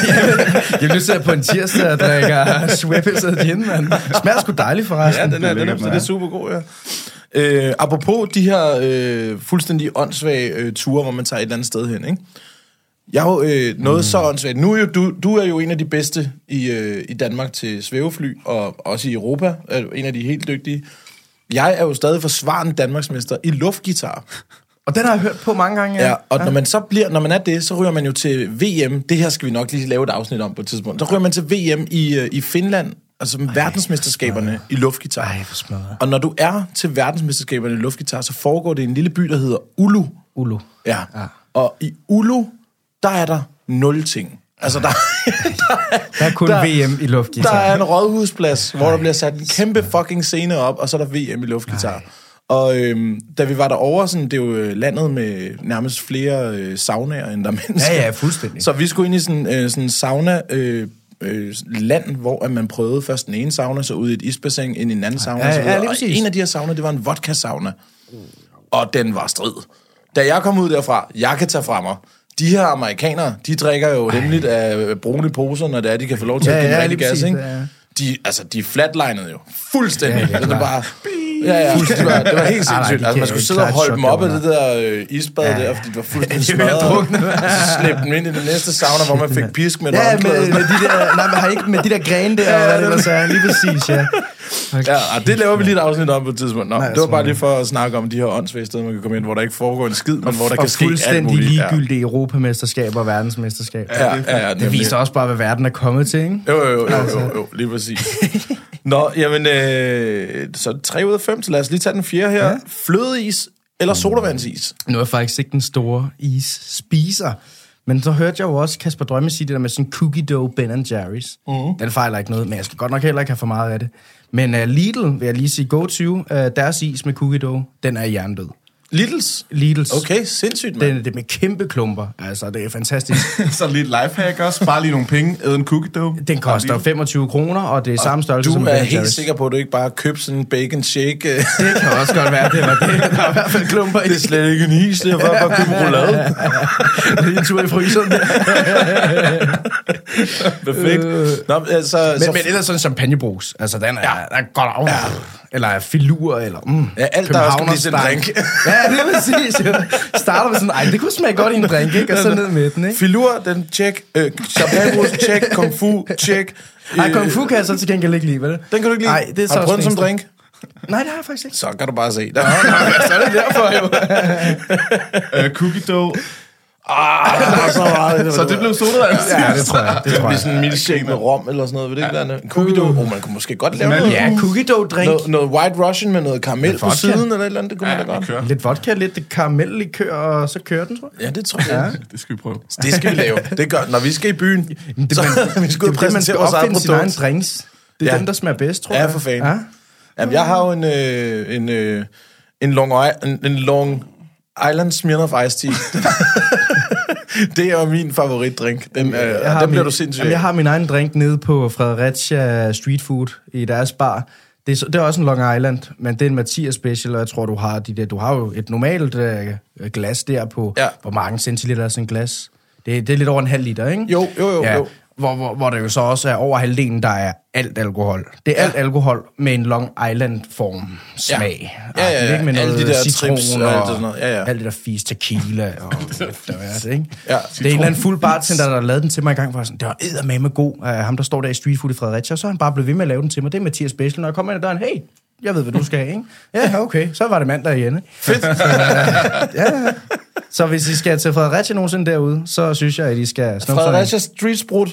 Jeg nu sidder på en tirsdag og drikker Schweppes og gin, man. Smager sgu dejligt forresten. Ja, den er, den er, den er super god, ja. Øh, apropos de her øh, fuldstændig åndssvage øh, ture, hvor man tager et eller andet sted hen, ikke? Jeg har jo øh, noget mm. så åndssvagt. Nu er jo, du, du er jo en af de bedste i, øh, i Danmark til svævefly, og også i Europa er du en af de helt dygtige. Jeg er jo stadig forsvarende Danmarksmester i luftgitar. Og den har jeg hørt på mange gange. Ja, og når man så bliver, når man er det, så ryger man jo til V M. Det her skal vi nok lige lave et afsnit om på et tidspunkt. Så ryger man til V M i, øh, i Finland, altså Ej, verdensmesterskaberne i luftgitar. Ej, for smadret. Og når du er til verdensmesterskaberne i luftgitar, så foregår det i en lille by, der hedder Ulu. Ulu. Ja. ja. Og i Ulu, der er der nul ting. Altså, der, der, Der er kun der, V M i luftgitar. Der er en rådhusplads, hvor der bliver sat en kæmpe fucking scene op, og så er der V M i luftgitar. Ej. Og øhm, da vi var derovre, sådan, det er jo landet med nærmest flere øh, saunaer, end der er mennesker. Ja, ja, fuldstændig. Så vi skulle ind i sådan en øh, sådan sauna... Øh, øh, land, hvor at man prøvede først den ene sauna, så ud i et isbassin, ind i en anden sauna. Ja, så ja, lige og præcis. en af de her sauna, det var en vodka-sauna. Og den var strid. Da jeg kom ud derfra, jeg kan tage fra mig. De her amerikanere, de drikker jo hemmeligt af brune poser, når det er, de kan få lov til Ja, at give ja, ja, rigtig lige gas, præcis, ikke? ja. De, altså, de flatlinede jo fuldstændig. Ja, ja, Ja, det var klar. bare... Ja, ja, det var, det var helt Nej, nej, sindssygt. de Altså, kan man skulle jo sidde og klart holde dem op af shotgunner. det der øh, isbad Ja. der, fordi det var fuldstændig De ville smadret. drukne. Og så slæbte dem ind i det næste sauna, hvor man fik pisk med et Ja, med, håndklæde. med de der, nej, men har ikke med de der grene der, og hvad det ellers er. Lige præcis, ja. Ja, og det laver vi lige et afsnit om på et tidspunkt. Nå, Nej, det var bare sådan. lige for at snakke om de her åndssvage steder, man kan komme ind, hvor der ikke foregår en skid, men hvor der Og kan ske alt fuldstændig muligt. ligegyldige europamesterskaber og verdensmesterskaber. Ja, ja, ja, ja, Det viser også bare, hvad verden er kommet til, ikke? Jo, jo, jo, jo, jo, jo lige præcis. Nå, jamen, øh, så tre ud af fem, så lad os lige tage den fjerde her. Ja. Flødeis eller sodavandsis? Nu er jeg faktisk ikke den store is-spiser. Men så hørte jeg jo også Kasper Drømme sige det der med sådan cookie dough Ben and Jerry's. Mm. Den fejler ikke noget, men jeg skal godt nok heller ikke have for meget af det. Men uh, Lidl, vil jeg lige sige, go to, uh, deres is med cookie dough, den er hjernedød. Lidls? Lidls. Okay, sindssygt, mand. Den, det er med kæmpe klumper. Altså, det er fantastisk. Så lidt lifehack også. Bare lige nogle penge. Æd en cookie dough. Den koster femogtyve kroner, og det er samme størrelse Du som er Ben and helt Jerry's. sikker på, at du ikke bare købte sådan en bacon shake? Det kan også godt være, det var det. Der er i hvert fald klumper i. Det er slet ikke en is, det er bare købe roulade. Lige en tur i fryseren. Perfekt. Nå, altså, Men, så, men ellers sådan en champagnebrus. Altså, den er, ja. er godt af. Ja. Eller filur, eller... Mm, ja, alt der også skal blive til en drink. Ja, det er præcis. Jo. Starter med sådan, ej, det kunne smage godt i en drink, ikke? Og så ned med den, ikke? Filur, den check. Øh, champagnebrus, check. Kung fu, check. Ej, kung fu kan jeg så til gengæld ikke lide, vel? Den kan du ikke lide? Nej, det er så har du prøvet den som også drink? Nej, det har jeg faktisk ikke. Så kan du bare se. Der. Så er det derfor, jo. Uh, cookie dough. Ah, der var så meget. Så det blev sodavand. Ja, det tror jeg. Det Det tror bliver jeg. sådan en milkshake med rom eller sådan noget. Ved det ikke, der er en cookie dough? Oh, man kunne måske godt lave noget. Ja, cookie dough drink. Noget, noget White Russian med noget karamel på vodka. siden, eller et eller andet, det kunne Ja, man da vi godt. kører. Lidt vodka, lidt karamellikør, og så kører den, tror jeg. Ja, det tror jeg. Ja. Det skal vi prøve. Det skal vi lave. Det gør, når vi skal i byen, Det, så man, vi skal ud og det, er det, man præsentere skal vores eget opfinde sin egen produkt. drinks. Det er Ja. den, der smager bedst, tror Ja, jeg. for fanden. Ja. Jamen, jeg har jo en, øh, en, øh, en, long, I- en, en Long Island Smirnoff Iced Tea. Det er jo min favoritdrink. Den, øh, Jeg og har den bliver min- du sindssygt Jamen, jeg af. har min egen drink nede på Fredericia Street Food i deres bar. Det er, så- det er også en Long Island, men det er en Mathias Special, og jeg tror, du har de der, du har jo et normalt øh, glas der på, Ja. hvor mange centiliter er sådan en glas. Det, det er lidt over en halv liter, ikke? Jo, jo, jo, jo. Hvor, hvor, hvor det jo så også er over halvdelen, der er alt alkohol. Det er alt alkohol med en Long Island-form smag. Ja, ja, ja. Ikke med Alle noget de der citron trips og og, alt det sådan noget. Ja, ja. alt det der fis tequila og hvad der er det, ikke? Ja. Det er en eller anden fuld bartender, der har lavet den til mig en gang, for sådan, det var eddermame god. Uh, ham, der står der i Street Food i Fredericia, så er han bare blevet ved med at lave den til mig. Det er Mathias Special, når jeg kommer ind ad døren, hey, jeg ved, hvad du skal have, ikke? Ja, okay, så var det mandag igen, ikke? Fedt. Så, uh, ja, ja. Så hvis I skal til Fredericia nogensinde derude, så synes jeg, at I skal snuppe Fredericia Street Sprut.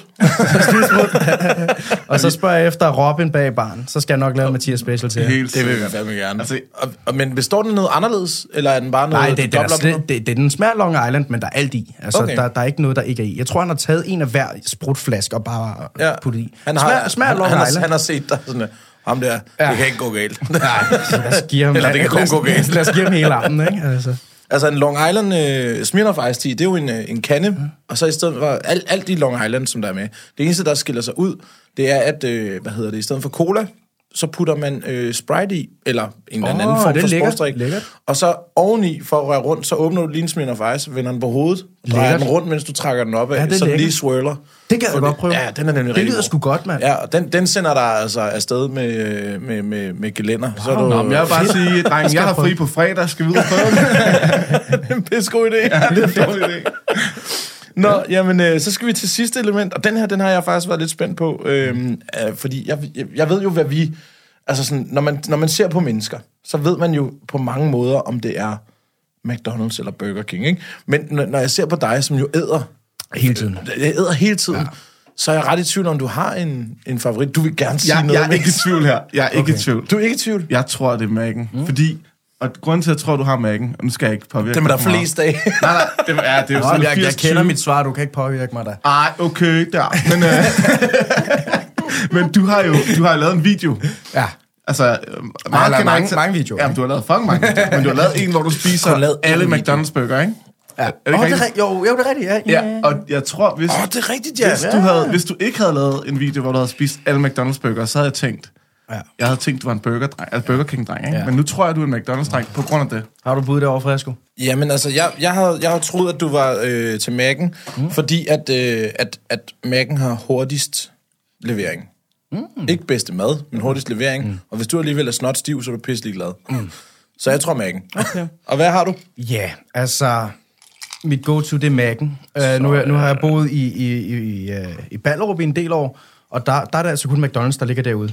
og så spørger jeg efter Robin bag baren. Så skal jeg nok lave Mathias Special til jer. Helt Det vil vi sikkert. fandme gerne. Altså, og, og, men består den noget anderledes, eller er den bare noget... Nej, det, det, er, dobbelt op det, det, det, den smager Long Island, men der er alt i. Altså, Okay. okay. der, der er ikke noget, der ikke er i. Jeg tror, han har taget en af hver sprutflaske og bare Ja. puttet i. Han har, smager, smager han, Long han, har, Island. han har set dig sådan, ham der, Ja. det kan ikke gå galt. Nej, så lad os give ham, Eller det kan kun lad, gå galt. lad os give ham hele armen, ikke? Altså. Altså en Long Island uh, Smirnoff Iced Tea, det er jo en, uh, en kande, mm. og så i stedet for alt, alt de Long Island, som der er med, det eneste, der skiller sig ud, det er, at, uh, hvad hedder det, i stedet for cola, så putter man uh, Sprite i, eller en eller Åh, anden form det er for lækkert, sportsdrik. lækkert. Og så oveni, for at røre rundt, så åbner du lige en Smirnoff Ice, vender den på hovedet, drejer Lækkert. den rundt, mens du trækker den op af, Ja, det er så den lige lækkert. swirler. Det gad jeg godt prøve. Ja, den er nemlig Det rigtig lyder god. sgu godt, mand. Ja, og den, den sender dig altså afsted med, med, med, med gelænder. Wow. Så er du, Nå, men jeg vil bare sige, dreng, jeg har fri på fredag. Skal vi ud og prøve det? en pisse god idé. Ja, det er en dårlig idé. Nå, jamen, øh, så skal vi til sidste element, og den her, den har jeg faktisk været lidt spændt på, øhm, øh, fordi jeg, jeg, jeg ved jo, hvad vi... Altså sådan, når man, når man ser på mennesker, så ved man jo på mange måder, om det er McDonald's eller Burger King, ikke? Men når, når jeg ser på dig, som jo æder... Hele tiden. Jeg æder hele tiden. Ja. Så er jeg ret i tvivl, om du har en, en favorit. Du vil gerne sige Jeg, noget. jeg er ikke i tvivl her. Jeg er ikke Okay. i tvivl. Du er ikke i tvivl? Jeg tror, det er Mac'en. Mm. Fordi, og grunden til, at jeg tror, du har Mac'en, og nu skal jeg ikke påvirke Dem er der dig for meget. flest af. Nej, nej, det, er, det er jo Nå, sådan jeg, jeg firs kender tyve. mit svar, du kan ikke påvirke mig der. Ej, okay, der. Men, øh, men du har jo du har lavet en video. Ja. Altså, øh, har meget lavet kan mange- ikke- mange videoer, Jamen, du har lavet fucking mange videoer. Men du har lavet en, hvor du spiser Kun lavet alle en video. McDonald's burger, ikke? Ja. Er det Åh, ikke det er rigtigt? ri- jo, jo, det er rigtigt, ja. ja. Ja, og jeg tror, hvis, Åh, oh, det er rigtigt, ja. hvis, du havde, hvis du ikke havde lavet en video, hvor du havde spist alle McDonald's-burger, så havde jeg tænkt, Ja. jeg havde tænkt, du var en burger-dreng, altså Burger King-dreng, ikke? Ja. Men nu tror jeg, du er en McDonald's-dreng på grund af det. Har du bud derovre, Fresco? Jamen altså, jeg, jeg har jeg har troet, at du var øh, til Mac'en, mm. fordi at, øh, at, at Mac'en har hurtigst levering. Mm. Ikke bedste mad, men hurtigst levering. Mm. Og hvis du alligevel er snot stiv, så er du pisselig glad. Mm. Så jeg tror Mac'en. Okay. Og hvad har du? Ja, altså... Mit go-to, det er Mac'en. Uh, nu, nu har jeg boet i, i, i, i, uh, i Ballerup i en del år, og der, der er det altså kun McDonald's, der ligger derude.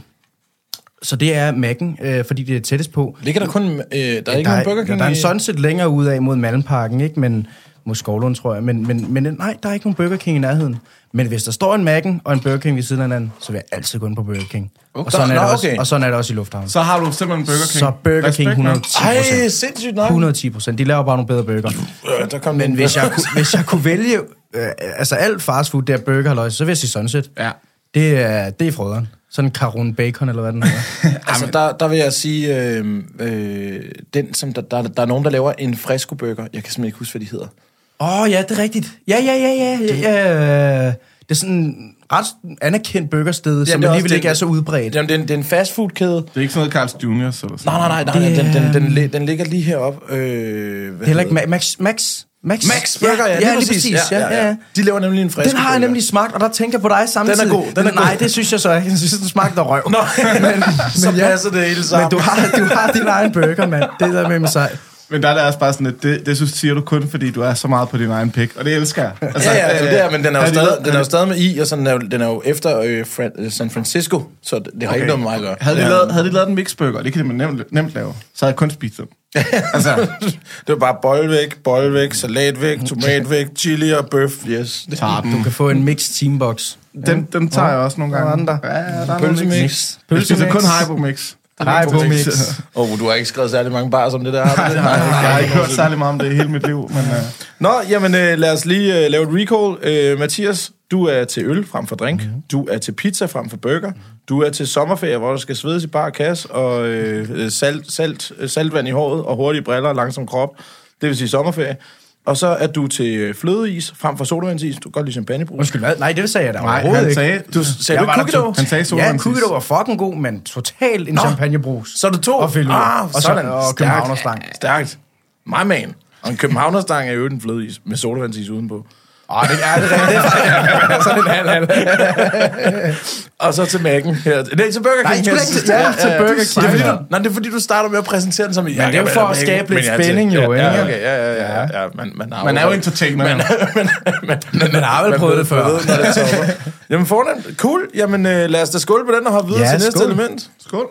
Så det er Mac'en, øh, fordi det er tættest på. Ligger der kun... Øh, der er ja, ikke der, nogen Burger King? der er en i- Sunset længere ud af mod Malmparken, ikke? Men mod Skovlund, tror jeg. Men, men, men nej, der er ikke nogen Burger King i nærheden. Men hvis der står en Mac'en og en Burger King ved siden af hinanden, så vil jeg altid gå ind på Burger King. Okay. Og, sådan er Nå, det også, okay. og sådan er det også i Lufthavnen. Så har du simpelthen Burger King. Så Burger King Respekt, hundrede mand. og ti procent. Ej, sindssygt nok. hundrede og ti procent. De laver bare nogle bedre burger. Øh, der kom Men den. hvis jeg, kunne, hvis jeg kunne vælge... Øh, altså alt fastfood, der er burger halløj, så vil jeg sige Sunset. Ja. Det er, det er frøderen. Sådan en caron bacon, eller hvad den hedder. Altså, der, der vil jeg sige, øh, øh, den, som der, der, der er nogen, der laver en fresco burger. Jeg kan simpelthen ikke huske, hvad de hedder. Åh, oh, ja, det er rigtigt. Ja, ja, ja, ja. ja, ja. Det er sådan en ret anerkendt burgersted, som det er også alligevel det- ikke er så udbredt. Jamen, det er en, det er en fastfood-kæde. Det er ikke sådan noget Carl's Juniors eller sådan. Nej, nej, nej, nej, Det den, den, den, er- den, den ligger lige heroppe. Øh, Det er heller ikke Ma- Max... Max? Max, Max Burger, ja, ja, lige præcis. Ja, ja, ja. De laver nemlig en fresco Den har jeg nemlig smagt, og der tænker jeg på dig samtidig. Den er god, den er Nej, god. det synes jeg så ikke. Jeg synes, den smagte af røv. Nå, men, så men ja. passer det hele sammen. Men du har, du har din egen burger, mand. Det der med mig sig. Men der er det også bare sådan, at det, det synes, siger du kun, fordi du er så meget på din egen pik. Og det elsker jeg. Altså, Ja, ja, det er, men den er jo havde de stadig, lavet- den er jo stadig med i, og sådan, er jo- den er jo efter øh, Fran- San Francisco, så det, det har okay. ikke noget med mig at gøre. Havde de, lavet, havde de lavet en mixburger, det kan man nemt, nemt lave, så havde jeg kun spist dem. Altså, Det var bare bold væk, bold væk, salat væk, tomat væk, chili og bøf, yes. Det tager Du kan få en mixed teambox. den, den tager jeg også nogle Der gange. var den der. Ja, der er nogle Pølsemix. mix. Jeg spiser kun Haribo Mix. Haribo mix. Åh, oh, du har ikke skrevet særlig mange bars om det der, har du det? Jeg har ikke hørt særlig meget om det i hele mit liv, men... Uh, Nå, jamen øh, lad os lige øh, lave et recall. Øh, Mathias, du er til øl frem for drink. Mm-hmm. Du er til pizza frem for burger. Du er til sommerferie, hvor der skal svedes i bar kasse, og øh, salt, salt, saltvand i håret, og hurtige briller og langsom krop. Det vil sige sommerferie. Og så er du til flødeis frem for sodavandsis. Du kan godt lide champagnebrus. Undskyld, hvad? Nej, det sagde jeg da nej, overhovedet han ikke. sagde... Du sagde Jeg du var der cookie dough? Han sagde Ja, sodavandsis. cookie dough var fucking god, men totalt en champagnebrus. Så er du to? Og fylde Ah, og, så, sådan. og Stærkt. københavnerstang. Stærkt. My man. Og en københavnerstang er jo en flødeis med sodavandsis udenpå. Åh, det er det rigtigt. Sådan en halv-halv. Og så til Mac'en her. Nej, til Burger King. Nej, sgu da her. ikke til- ja, til Burger Det er fordi, King. du, nej, det er fordi, du starter med at præsentere den som... Men det er jo for at skabe lidt spænding, jo, ikke? Ja, okay, ja, ja, ja. ja, ja. Man, man, har Man er jo entertainer. Man, man, man, man, Man har vel prøvet det før. Ved, når det topper. Jamen, fornemt. Cool. Jamen, øh, lad os da skåle på den og hoppe videre Ja, til næste skål. element. Skål.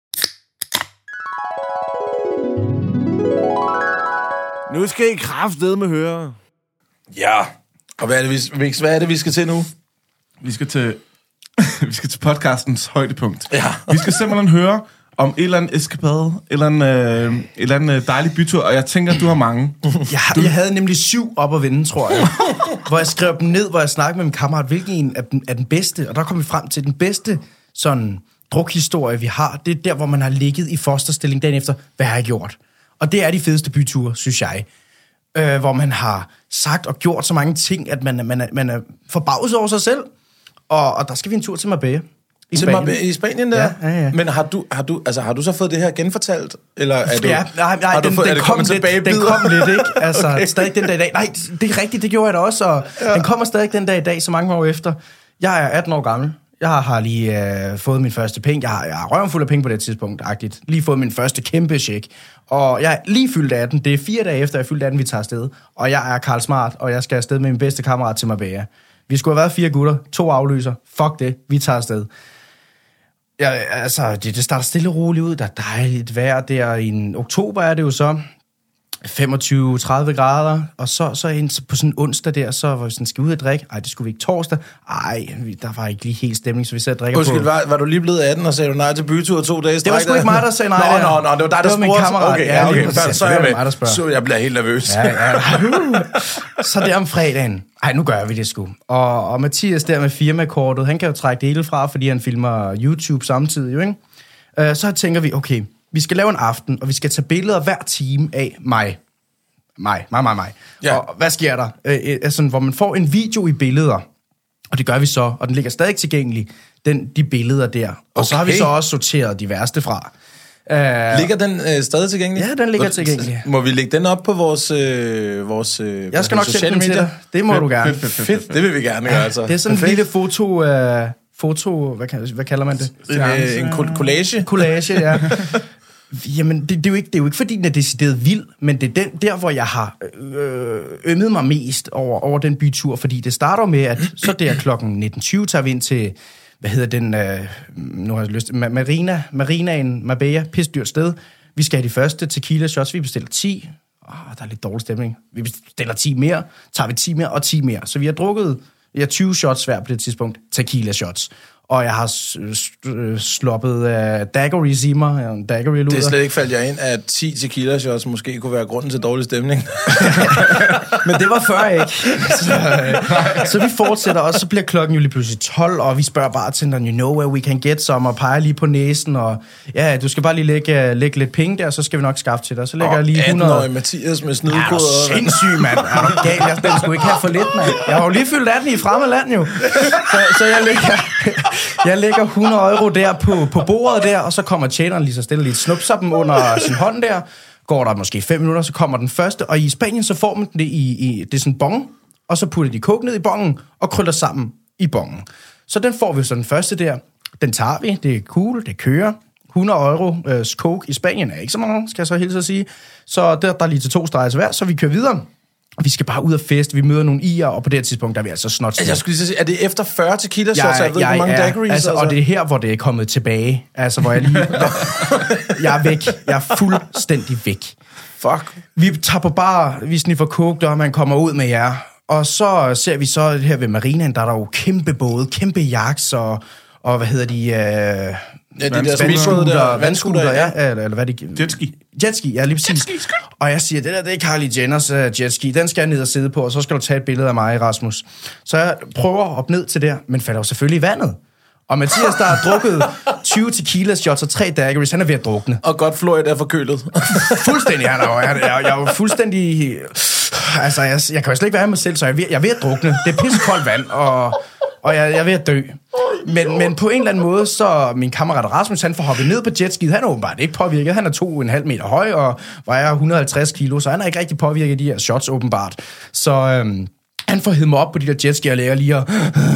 Nu skal I kraftedeme høre. Ja. Og hvad er det, vi, hvad er det, vi skal til nu? Vi skal til, vi skal til podcastens højdepunkt. Ja. Vi skal simpelthen høre om et eller andet eskapade, et eller andet, øh, et eller andet dejlig bytur, og jeg tænker, du har mange. Jeg, jeg havde nemlig syv op at vinde, tror jeg. Hvor jeg skrev dem ned, hvor jeg snakkede med min kammerat, hvilken en er den, er den bedste. Og der kom vi frem til den bedste sådan drukhistorie, vi har. Det er der, hvor man har ligget i fosterstilling dagen efter. Hvad har jeg gjort? Og det er de fedeste byture, synes jeg. Øh, hvor man har sagt og gjort så mange ting, at man, man, er, man er forbavset over sig selv. Og, og der skal vi en tur til Marbella. I Til Spanien. Marbella- I Spanien der? Ja, ja, ja. Men har du, har, du, altså, har du så fået det her genfortalt? Eller er du, Ja, nej, nej, har du den, fået, er den, det kom kommet lidt, tilbage den bidder? kom lidt, ikke? Altså, Okay. okay. Stadig den dag i dag. Nej, det er rigtigt, det gjorde jeg da også, og ja. Den kommer stadig den dag i dag, så mange år efter. Jeg er atten år gammel. Jeg har lige øh, fået min første penge. Jeg har, jeg har røven fuld af penge på det tidspunkt, agtigt. Lige fået min første kæmpe check. Og jeg er lige fyldt atten. Det er fire dage efter, jeg er fyldt atten, vi tager afsted. Og jeg er Karl Smart, og jeg skal afsted med min bedste kammerat til Marbella. Vi skulle have været fire gutter, to aflyser. Fuck det, vi tager afsted. Ja, altså, det, det starter stille og roligt ud. Der er dejligt vejr der. I en oktober er det jo så femogtyve til tredive grader. Og så, så en, på sådan en onsdag der, så var vi sådan, skal vi ud og drikke? Ej, det skulle vi ikke torsdag. Ej, vi, der var ikke lige helt stemning, så vi sad og drikker Undskyld, på. var, var du lige blevet atten, og sagde du nej til bytur to dage? Det var sgu ikke mig, der sagde nej. Nå, nå, nå, det var dig, der Det var min spurgte. kammerat. Okay, Ja, ja, lige okay, præcis. fair, så er Det jeg var med. mig, der spørger. Så jeg bliver helt nervøs. Ja, ja. Så der om fredagen. Ej, nu gør vi det sgu. Og, og Mathias der med firmakortet, han kan jo trække det hele fra, fordi han filmer YouTube samtidig, jo, ikke? Uh, så tænker vi, okay, vi skal lave en aften, og vi skal tage billeder hver time af mig. Mig, mig, mig, mig. Ja. Og hvad sker der? Øh, altså, hvor man får en video i billeder, og det gør vi så, og den ligger stadig tilgængelig, den, de billeder der. Og okay. Så har vi så også sorteret de værste fra. Uh, ligger den øh, stadig tilgængelig? Ja, den ligger tilgængelig. Må vi lægge den op på vores, øh, vores øh, jeg skal nok sende den til dig. Det må fedt, du gerne. Fedt, fedt, fedt. Det vil vi gerne gøre, altså. Det er sådan en lille foto... Uh, foto hvad, kan, hvad kalder man det? En, øh, en collage? Collage, ja. Jamen, det, det, er jo ikke, det er jo ikke, fordi den er decideret vild, men det er den, der, hvor jeg har øh, ømmet mig mest over, over den bytur, fordi det starter med, at så der klokken nitten tyve tager vi ind til, hvad hedder den, øh, nu har jeg lyst til, Marina, Marinaen, Marbella, pisdyrt sted. Vi skal have de første tequila shots, vi bestiller ti. Åh, der er lidt dårlig stemning. Vi bestiller ti mere, tager vi ti mere og ti mere. Så vi har drukket, vi har tyve shots hver på det tidspunkt, tequila shots. Og jeg har sloppet uh, daiquiris i mig. Daiquiri det er slet ikke faldt jeg ind, at ti tequila shots måske kunne være grunden til dårlig stemning. Men det var før ikke. Så, uh, så vi fortsætter, og så bliver klokken jo lige pludselig tolv, og vi spørger bartenderen, you know where we can get some, og peger lige på næsen, og ja, du skal bare lige lægge, lægge lidt penge der, så skal vi nok skaffe til dig. Så lægger og jeg lige hundrede... atten-årig Mathias med snydekoder. Ja, du sindssyg, mand. Er du gal? Jeg, den skulle ikke have for lidt, mand. Jeg har jo lige fyldt atten i fremmed land, jo. Så, så jeg lægger... Jeg lægger hundrede euro der på, på bordet der, og så kommer tjeneren lige så stille lidt, snupser dem under sin hånd der. Går der måske fem minutter, så kommer den første, og i Spanien så får man det i, i det er sådan en bong, og så putter de coke ned i bongen og krøller sammen i bongen. Så den får vi så den første der. Den tager vi, det er cool, det kører. hundrede euro øh, coke i Spanien er ikke så mange, skal jeg så hilse at sige. Så der, der er lige til to streger til hver, så vi kører videre. Vi skal bare ud og feste, vi møder nogle i'er, og på det tidspunkt, der er vi altså snot. Jeg skulle lige sige, er det efter fyrre tequila shots? Jeg, jeg ved ikke, hvor mange daiquiris? Altså, og det er her, hvor det er kommet tilbage. Altså, hvor jeg lige... jeg er væk. Jeg er fuldstændig væk. Fuck. Vi tager på bar, vi sniffer coke, og man kommer ud med jer. Og så ser vi så her ved marinaen, der er der jo kæmpe både, kæmpe yachts, og, og hvad hedder de... Øh, Ja, de der speedscooter, vandscooter, ja, eller, eller hvad det Jetski. Jetski, ja, lige præcis. Jetski, og jeg siger, det der, det er Kylie Jenners uh, jetski, den skal jeg ned og sidde på, og så skal du tage et billede af mig, Rasmus. Så jeg prøver op ned til der, men falder jo selvfølgelig i vandet. Og Mathias, der har drukket tyve tequila shots og tre daiquiris, han er ved at drukne. Og godt Floyd er forkølet. Fuldstændig, han er jo, jeg, jeg, jeg er jo fuldstændig... Altså, jeg, jeg kan jo slet ikke være mig selv, så jeg er ved, jeg er ved at drukne. Det er pissekoldt vand, og... Og jeg, jeg er ved at dø. Men, men på en eller anden måde, så min kammerat Rasmus, han får hoppet ned på jetskiet. Han er åbenbart ikke påvirket. Han er to komma fem meter høj og vejer et hundrede og halvtreds kilo, så han er ikke rigtig påvirket af de her shots åbenbart. Så øhm, han får heddet mig op på de der jetskier og lægger lige og...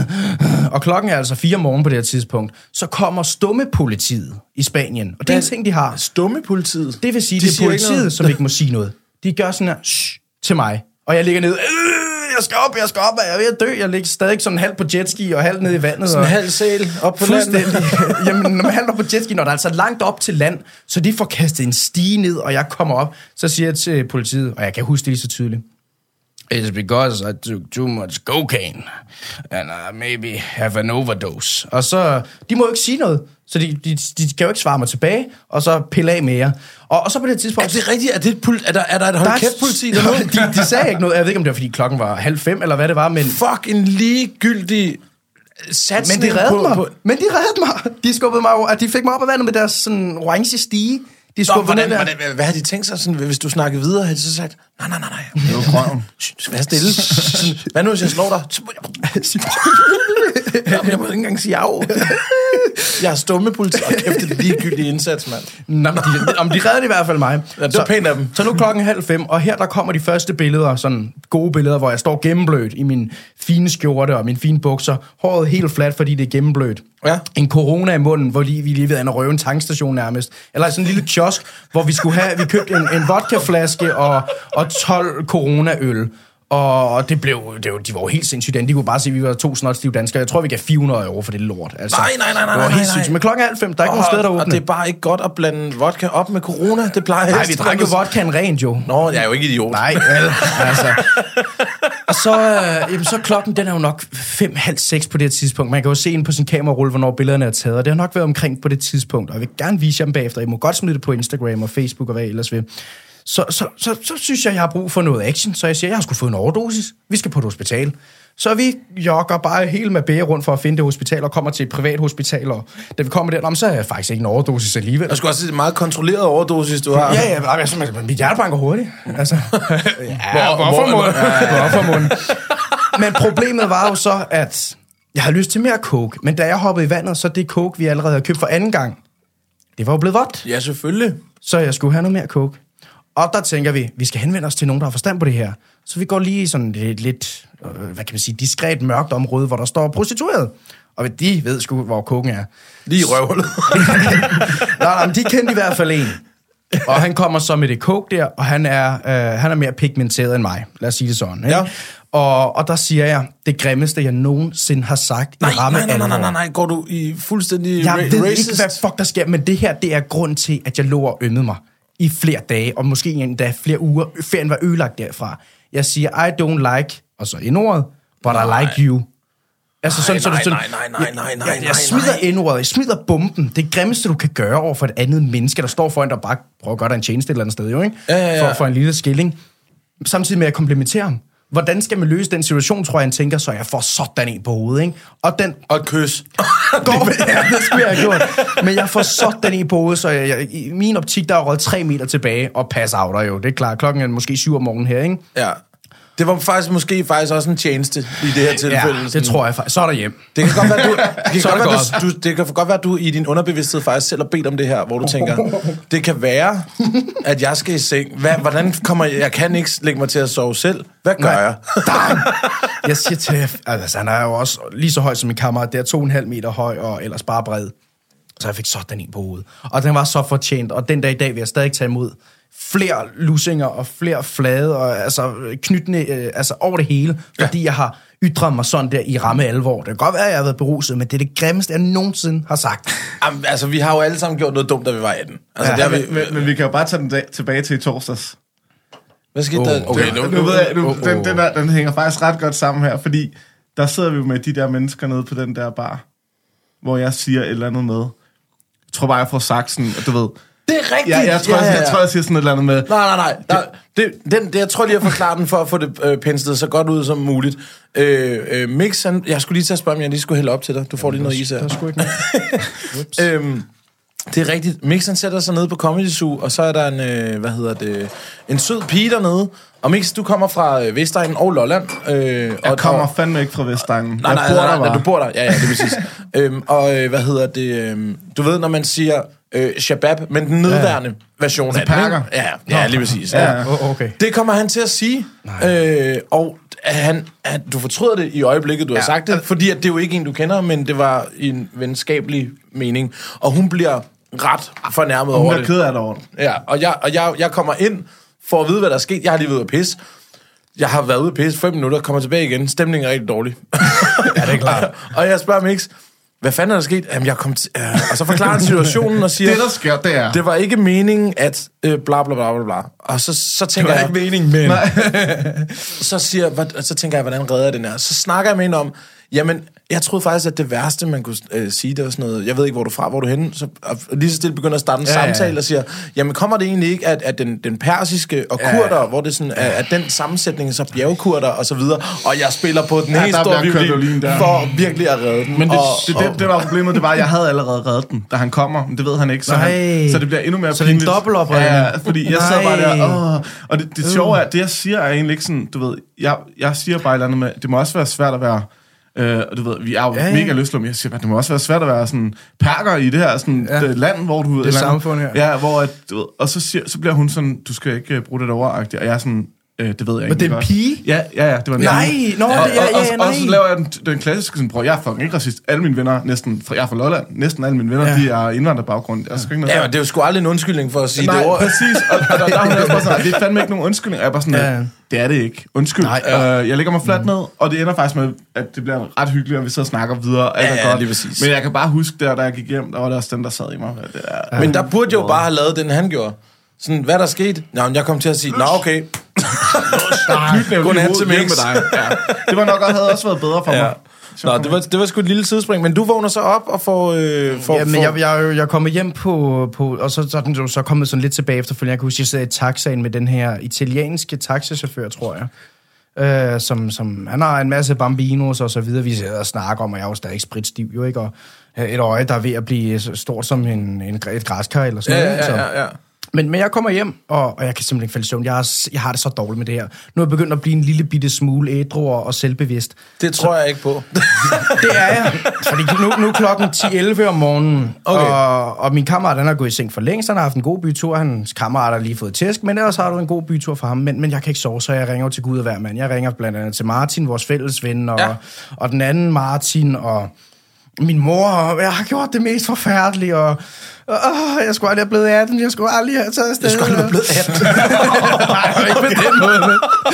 Og klokken er altså fire om morgenen på det her tidspunkt. Så kommer stummepolitiet i Spanien. Og det er en ting, de har. Stummepolitiet? Det vil sige, de det er politiet, ikke som ikke må sige noget. De gør sådan her shh, til mig. Og jeg ligger ned... Jeg skal op, jeg skal op, og jeg er ved at dø. Jeg ligger stadig sådan halvt på jetski og halvt ned i vandet. Sådan en halv sæl op på landet. Jamen, når man halvt op på jetski, når der er altså langt op til land, så de får kastet en stige ned, og jeg kommer op, så siger jeg til politiet, og jeg kan huske det lige så tydeligt. It's because I took too much cocaine, and I maybe have an overdose. Og så, de må jo ikke sige noget, så de, de, de kan jo ikke svare mig tilbage, og så pille af med jer. Og, og så på det tidspunkt... Er det rigtigt? Er, det et pul- er, der, er der et holdkæft-politi der nu? De, de sagde ikke noget. Jeg ved ikke, om det var, fordi klokken var halv fem, eller hvad det var, men... Fuck, en ligegyldig satsning men de reddede på, mig. på... Men de reddede mig. De skubbede mig over, at de fik mig op af vandet med deres sådan orange stige. De Nå, hvordan, hvordan, hvad har de tænkt sig, sådan, hvis du snakkede videre, havde de så sagt, nej, nej, nej, nej, det var grøn. Vær stille. Sådan, hvad nu, hvis jeg slår dig? Jamen, jeg må ikke engang sige af. Jeg er stumme politi. Og kæft, det er ligegyldig indsats, mand. Nå, men de, om de reddede i hvert fald mig. Ja, det var pænt af dem. Så nu klokken halv fem, og her der kommer de første billeder, sådan gode billeder, hvor jeg står gennemblødt i min fine skjorte og mine fine bukser. Håret helt fladt, fordi det er gennemblødt. Ja. En corona i munden, hvor lige, vi lige ved at røve en tankstation nærmest. Eller sådan en lille kiosk, hvor vi skulle have, vi købte en, en vodkaflaske og, og tolv coronaøl. Og det blev, det var, de var jo helt sindssygt. De kunne bare sige, at vi var to snotstive danskere. Jeg tror, vi gav fire hundrede euro for det lort. Altså, nej, nej, nej, nej. Det var helt sindssygt. Men klokken er halv fem, der er ikke nogen steder, der åbne. Og det er bare ikke godt at blande vodka op med corona. Det plejer Nej, vi drak jo vodkaen rent jo. Nå, jeg er jo ikke idiot. Nej, vel, altså. Og så, øh, jamen, så klokken, den er jo nok fem, halv seks på det her tidspunkt. Man kan jo se ind på sin kamerarulle, hvornår billederne er taget. Og det har nok været omkring på det tidspunkt. Og jeg vil gerne vise jer dem bagefter. I må godt smide det på Instagram og Facebook og hvad ellers vil. Så, så, så, så synes jeg, jeg har brug for noget action. Så jeg siger, jeg har sgu fået en overdosis. Vi skal på et hospital. Så vi jogger bare helt med bære rundt for at finde det hospital, og kommer til et privat hospital, og da vi kommer der, så er jeg faktisk ikke en overdosis alligevel. Jeg skulle også sige, meget kontrolleret overdosis, du har. Ja, ja, jeg, jeg, mit hjerte banker hurtigt. Altså, ja, Hvor- hvorfor hvor- må Hvorfor må Men problemet var jo så, at jeg havde lyst til mere coke, men da jeg hoppede i vandet, så det coke, vi allerede havde købt for anden gang, det var jo blevet vådt. Ja, selvfølgelig. Så jeg skulle have noget mere coke. Og der tænker vi, vi skal henvende os til nogen, der har forstand på det her. Så vi går lige i sådan et lidt, øh, hvad kan man sige, diskret mørkt område, hvor der står prostitueret. Og de ved sgu, hvor koken er. Lige i røvhullet. nej, nej, men de kendte i hvert fald en. Og han kommer så med det coke der, og han er, øh, han er mere pigmenteret end mig. Lad os sige det sådan. Ikke? Ja. Og, og der siger jeg, det grimmeste, jeg nogensinde har sagt Nej, i ramme nej, nej, nej, alvor. nej, nej, går du i fuldstændig Jeg ra- ved racist? ikke, hvad fuck der sker, men det her, det er grund til, at jeg lå og ømmede mig i flere dage, og måske endda flere uger. Ferien var ødelagt derfra. Jeg siger, I don't like, og så indordet, but I like you. Altså sådan, så nej, det sådan, nej, nej, nej, nej, nej, jeg, jeg, nej, jeg smider nej. indordet, jeg smider bomben. Det grimmeste, du kan gøre over for et andet menneske, der står foran dig og bare prøver at gøre dig en tjeneste et eller andet sted, jo, ikke? Ja, ja, ja. For, for en lille skilling. Samtidig med at komplimentere ham. Hvordan skal man løse den situation, tror jeg, han tænker, så jeg får sådan en på hovedet, ikke? Og den Og et kys. går, ja, det skulle jeg have gjort. Men jeg får sådan en på hovedet, så jeg, jeg, i min optik, der er røget tre meter tilbage, og pass out der jo. Det er klart, klokken er måske syv om morgenen her, ikke? Ja. Det var faktisk måske faktisk også en tjeneste i det her tilfælde. Ja, det tror jeg faktisk. Så er der hjem. Det kan godt være, du, det kan Så er godt det være, du, du, det kan godt være, du i din underbevidsthed faktisk selv har bedt om det her, hvor du tænker, det kan være, at jeg skal i seng. Hvad, hvordan kommer jeg? Jeg kan ikke lægge mig til at sove selv. Hvad gør Nej. jeg? Dang! Jeg siger til, altså han er jo også lige så høj som min kammerat. Det er to og en halv meter høj, og ellers bare bred. Så jeg fik sådan en på hovedet. Og den var så fortjent, og den dag i dag vil jeg stadig tage imod flere lussinger og flere flade, og altså knyttende øh, altså over det hele, fordi ja. jeg har ytret mig sådan der i ramme alvor. Det kan godt være, at jeg har været beruset, men det er det grimmeste, jeg nogensinde har sagt. Jamen, altså, vi har jo alle sammen gjort noget dumt, da vi var atten. Altså, Ja, det har Men, vi, men, men vi kan jo bare tage den dag, tilbage til i torsdags. hvad skete Oh, der? okay, Nu, nu ved jeg, nu, den, den, der, den hænger faktisk ret godt sammen her, fordi der sidder vi jo med de der mennesker nede på den der bar, hvor jeg siger et eller andet med. Jeg tror bare, jeg får sagt sådan, du ved... Det er rigtigt. Ja, jeg tror, ja, ja, ja. Jeg, tror, jeg siger sådan et eller andet med... Nej, nej, nej. nej. Det, den, det, jeg tror lige at forklare den, for at få det øh, penslet så godt ud som muligt. Øh, øh, Mix, han, jeg skulle lige til at spørge, om jeg lige skulle hælde op til dig. Du får lige noget is her. Der skulle ikke noget. øhm, det er rigtigt. Mix, han sætter sig nede på Comedy Zoo, og så er der en, øh, hvad hedder det, en sød pige dernede. Og Mix, du kommer fra øh, Vestegnen og Lolland. Øh, Jeg og, kommer og, fandme ikke fra Vestegnen. Nej, nej, jeg bor nej, der nej, nej, bare. du bor der. Ja, ja, det er præcis. øhm, og øh, hvad hedder det? Øh, du ved, når man siger øh, shabab, men den nedværende ja. version af den, perker. ikke? Ja, ja, lige præcis. Ja, Ja. ja. Oh, okay. Det kommer han til at sige. Øh, og han, han, du fortryder det i øjeblikket, du ja. har sagt det, fordi at det er jo ikke en, du kender, men det var i en venskabelig mening. Og hun bliver ret fornærmet Hun over er det. ked af det over det. Ja, og jeg, og jeg, jeg kommer ind for at vide, hvad der er sket. Jeg har lige været ude at pisse. Jeg har været ude at pisse fem minutter, kommer tilbage igen. Stemningen er rigtig dårlig. Ja, det er klart. Og jeg spørger Mix, hvad fanden er der sket? Jamen, jeg kom til, øh, og så forklarer han situationen og siger, Det, der sker, det er... det var ikke meningen, at øh, bla bla bla bla bla. Og så, så tænker jeg... meningen, men... så, siger, hvad, så tænker jeg, hvordan redder jeg den her? Så snakker jeg med hende om, jamen, jeg troede faktisk, at det værste, man kunne øh, sige, det var sådan noget, jeg ved ikke, hvor du er fra, hvor du er henne, så og lige så stille begynder at starte en Ja, ja, ja. samtale og siger, jamen, kommer det egentlig ikke, at, at den, den persiske og Ja, kurder, ja. hvor det sådan, at, at den sammensætning, så bjergkurder og så videre, og jeg spiller på den Ja, helt der store bliver kørt violin, violin der. for virkelig at redde den. Men det, og, det, det, det var problemet, det var, at jeg havde allerede reddet den, da han kommer. Men det ved han ikke, så, Nej. han, så det bliver endnu mere Så det er en pinligt. dobbeltopredning. Ja, fordi jeg sad bare der, Nej. åh. Og det, det sjove er, at det jeg siger er egentlig ikke sådan, du ved, jeg, jeg siger bare et eller andet med, det må også være svært at være, øh, og du ved, vi er jo Ja, ja. mega lystlømme, jeg siger bare, det må også være svært at være sådan perker i det her sådan, Ja. det land, hvor du... Det samfund her. Ja, hvor, at, du ved, og så, siger, så bliver hun sådan, du skal ikke uh, bruge det overagtigt, og jeg er sådan... Øh, det ved jeg ikke. Men det er en godt. pige? Ja, ja, ja, det var en Nej, pige. nå, og, det- ja, og, ja, og, ja, og, så nej. laver jeg den, den klassiske sådan, prøv, jeg er fucking ikke racist. Alle mine venner, næsten, fra, jeg er fra Lolland, næsten alle mine venner, Ja. ja. de er indvandrerbaggrund. Jeg skal ikke noget ja, men det er jo sgu aldrig en undskyldning for at sige Nej, det ord. præcis. Og, og der, der er hun også bare sådan, det er fandme ikke nogen undskyldning. Og jeg er bare sådan, Ja. ja. det er det ikke. Undskyld. Nej, Nej, øh, jeg lægger mig fladt ned, og det ender faktisk med, at det bliver ret hyggeligt, og vi sidder og snakker videre. Alt Ja, er ja, godt. lige præcis. Men jeg kan bare huske der, da jeg gik hjem, der var der også den, der sad i mig. Det er, Men der burde jo bare have lavet den, han gjorde. Sådan, hvad der skete? Nå, men jeg kom til at sige, nå, okay. knytnæve Godnat lige til hovedet Mix. med dig. Ja. Det var nok også, havde også været bedre for Ja. mig. Nå, det var, det var sgu et lille sidespring, men du vågner så op og får... Øh, får Ja, men får, jeg, jeg, jeg er kommet hjem på, på og så, så er den jo så kommet sådan lidt tilbage efterfølgende. Jeg kan huske, jeg sad i taxaen med den her italienske taxachauffør, tror jeg. øh, som, som, han har en masse bambinos og så videre, vi sidder og snakker om, og jeg er jo stadig spritstiv, jo ikke? Og et øje, der er ved at blive stort som en, en, et græskar eller sådan Ja, noget. ja, Så. ja, ja. Men, men jeg kommer hjem, og, og jeg kan simpelthen ikke falde i søvn. Jeg, er, jeg har det så dårligt med det her. Nu er jeg begyndt at blive en lille bitte smule ædru og, og selvbevidst. Det tror jeg ikke på. Det er jeg. Fordi nu, nu er klokken ti elleve om morgenen, Okay. og, og min kammerat, han har gået i seng for længst. Han har haft en god bytur. Hans kammerat har lige fået tæsk, men ellers har du en god bytur for ham. Men, men jeg kan ikke sove, så jeg ringer til Gud og hver mand. Jeg ringer blandt andet til Martin, vores fælles ven, og, Ja. og den anden Martin, og min mor, og jeg har gjort det mest forfærdelige, og åh, jeg skulle aldrig have blevet atten, jeg skulle aldrig have taget afsted. Jeg skulle aldrig have blevet atten. Nej, ikke på den måde.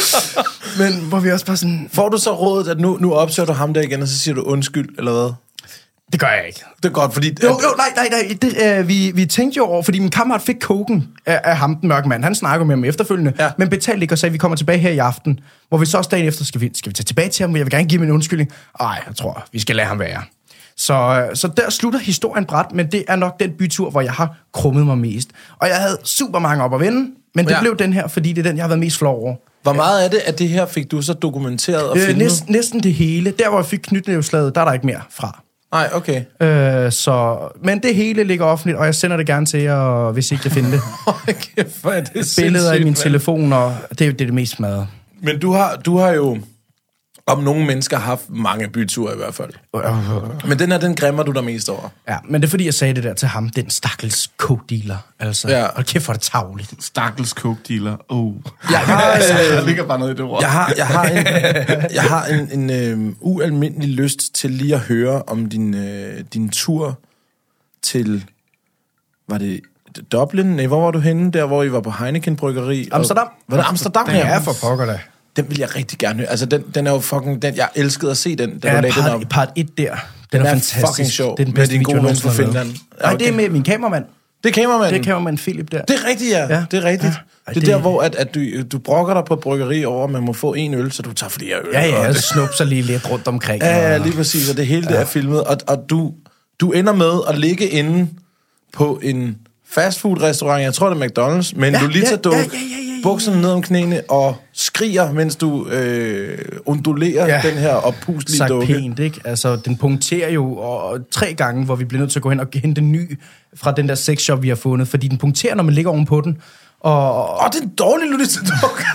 Men, men hvor vi også bare sådan, Får du så rådet, at nu, nu opsøger du ham der igen, og så siger du undskyld, eller hvad? det gør jeg ikke. Det er godt, fordi... Jo, jo, nej, nej, nej. Det, øh, vi, vi tænkte jo over, fordi min kammerat fik koken af, af ham, den mørke mand. Han snakker med ham efterfølgende, Ja. men betalte ikke og sagde, at vi kommer tilbage her i aften. Hvor vi så også dagen efter, skal vi, skal vi tage tilbage til ham, jeg vil gerne give ham en undskyldning. Ej, jeg tror, vi skal lade ham være. Så, øh, så der slutter historien bræt, men det er nok den bytur, hvor jeg har krummet mig mest. Og jeg havde super mange op at vende, men det Ja. ja. blev den her, fordi det er den, jeg har været mest flov over. Hvor meget af det, at det her fik du så dokumenteret og Øh, filmet? næsten, næsten det hele. Der, hvor jeg fik knytnæveslaget, der er der ikke mere fra. Nej, okay. Øh, så, men det hele ligger offentligt, og jeg sender det gerne til jer, hvis I ikke kan finde det. Okay, hvor er det Billeder i min mand. telefon, og det er jo det, er det mest smadret. Men du har, du har jo, om nogle mennesker, haft mange byture i hvert fald. Men den her, den græmmer du dig mest over. Ja, men det er fordi, jeg sagde det der til ham, den stakkels coke-dealer. Altså, Ja. ja. Og kæft for det tavligt. Stakkels coke-dealer. Oh. Jeg har, Der øh, ligger bare noget i det ord. jeg har, jeg har en, jeg har en, en øh, ualmindelig lyst til lige at høre om din, øh, din tur til, var det Dublin? Nej, hvor var du henne? Der, hvor I var på Heineken Bryggeri. Amsterdam. Og, var det Amsterdam? Det er for pokker da. Den vil jeg rigtig gerne høre. Altså, den, den er jo fucking... Den, jeg elskede at se den, da Ja, du lagde den op. part, part et der. Den, Den er, er fantastisk. fucking sjov. Det er den Med bedste din video, gode jeg ven fra nogensinde har lavet. Finland. Nej, Okay. det er med min kameramand. Det er kameramanden. Det er kameramand Philip der. Det er rigtigt, ja. Ja. Det er rigtigt. Ja. Ej, Det er det- der, hvor at, at du, du brokker dig på et bryggeri over, at man må få en øl, så du tager flere øl. Ja, Og ja, det- jeg snupser lige lidt rundt omkring. Ja, ja, og- lige præcis. Og det hele det er filmet. Og, og du, du ender med at ligge inde på en fastfood-restaurant. Jeg tror, det er McDonald's. Men Ja, du lige ja, tager du ja, ja, ja, ja, ja. bukserne ned om knæene og skriger, mens du øh, ondulerer Ja. den her oppustelige Sagt dukke. pænt, ikke? Altså, den punkterer jo og, tre gange, hvor vi bliver nødt til at gå hen og hente en ny fra den der sexshop, vi har fundet. Fordi den punkterer, når man ligger ovenpå den. Og, Åh, oh, det er en dårlig lutteduk.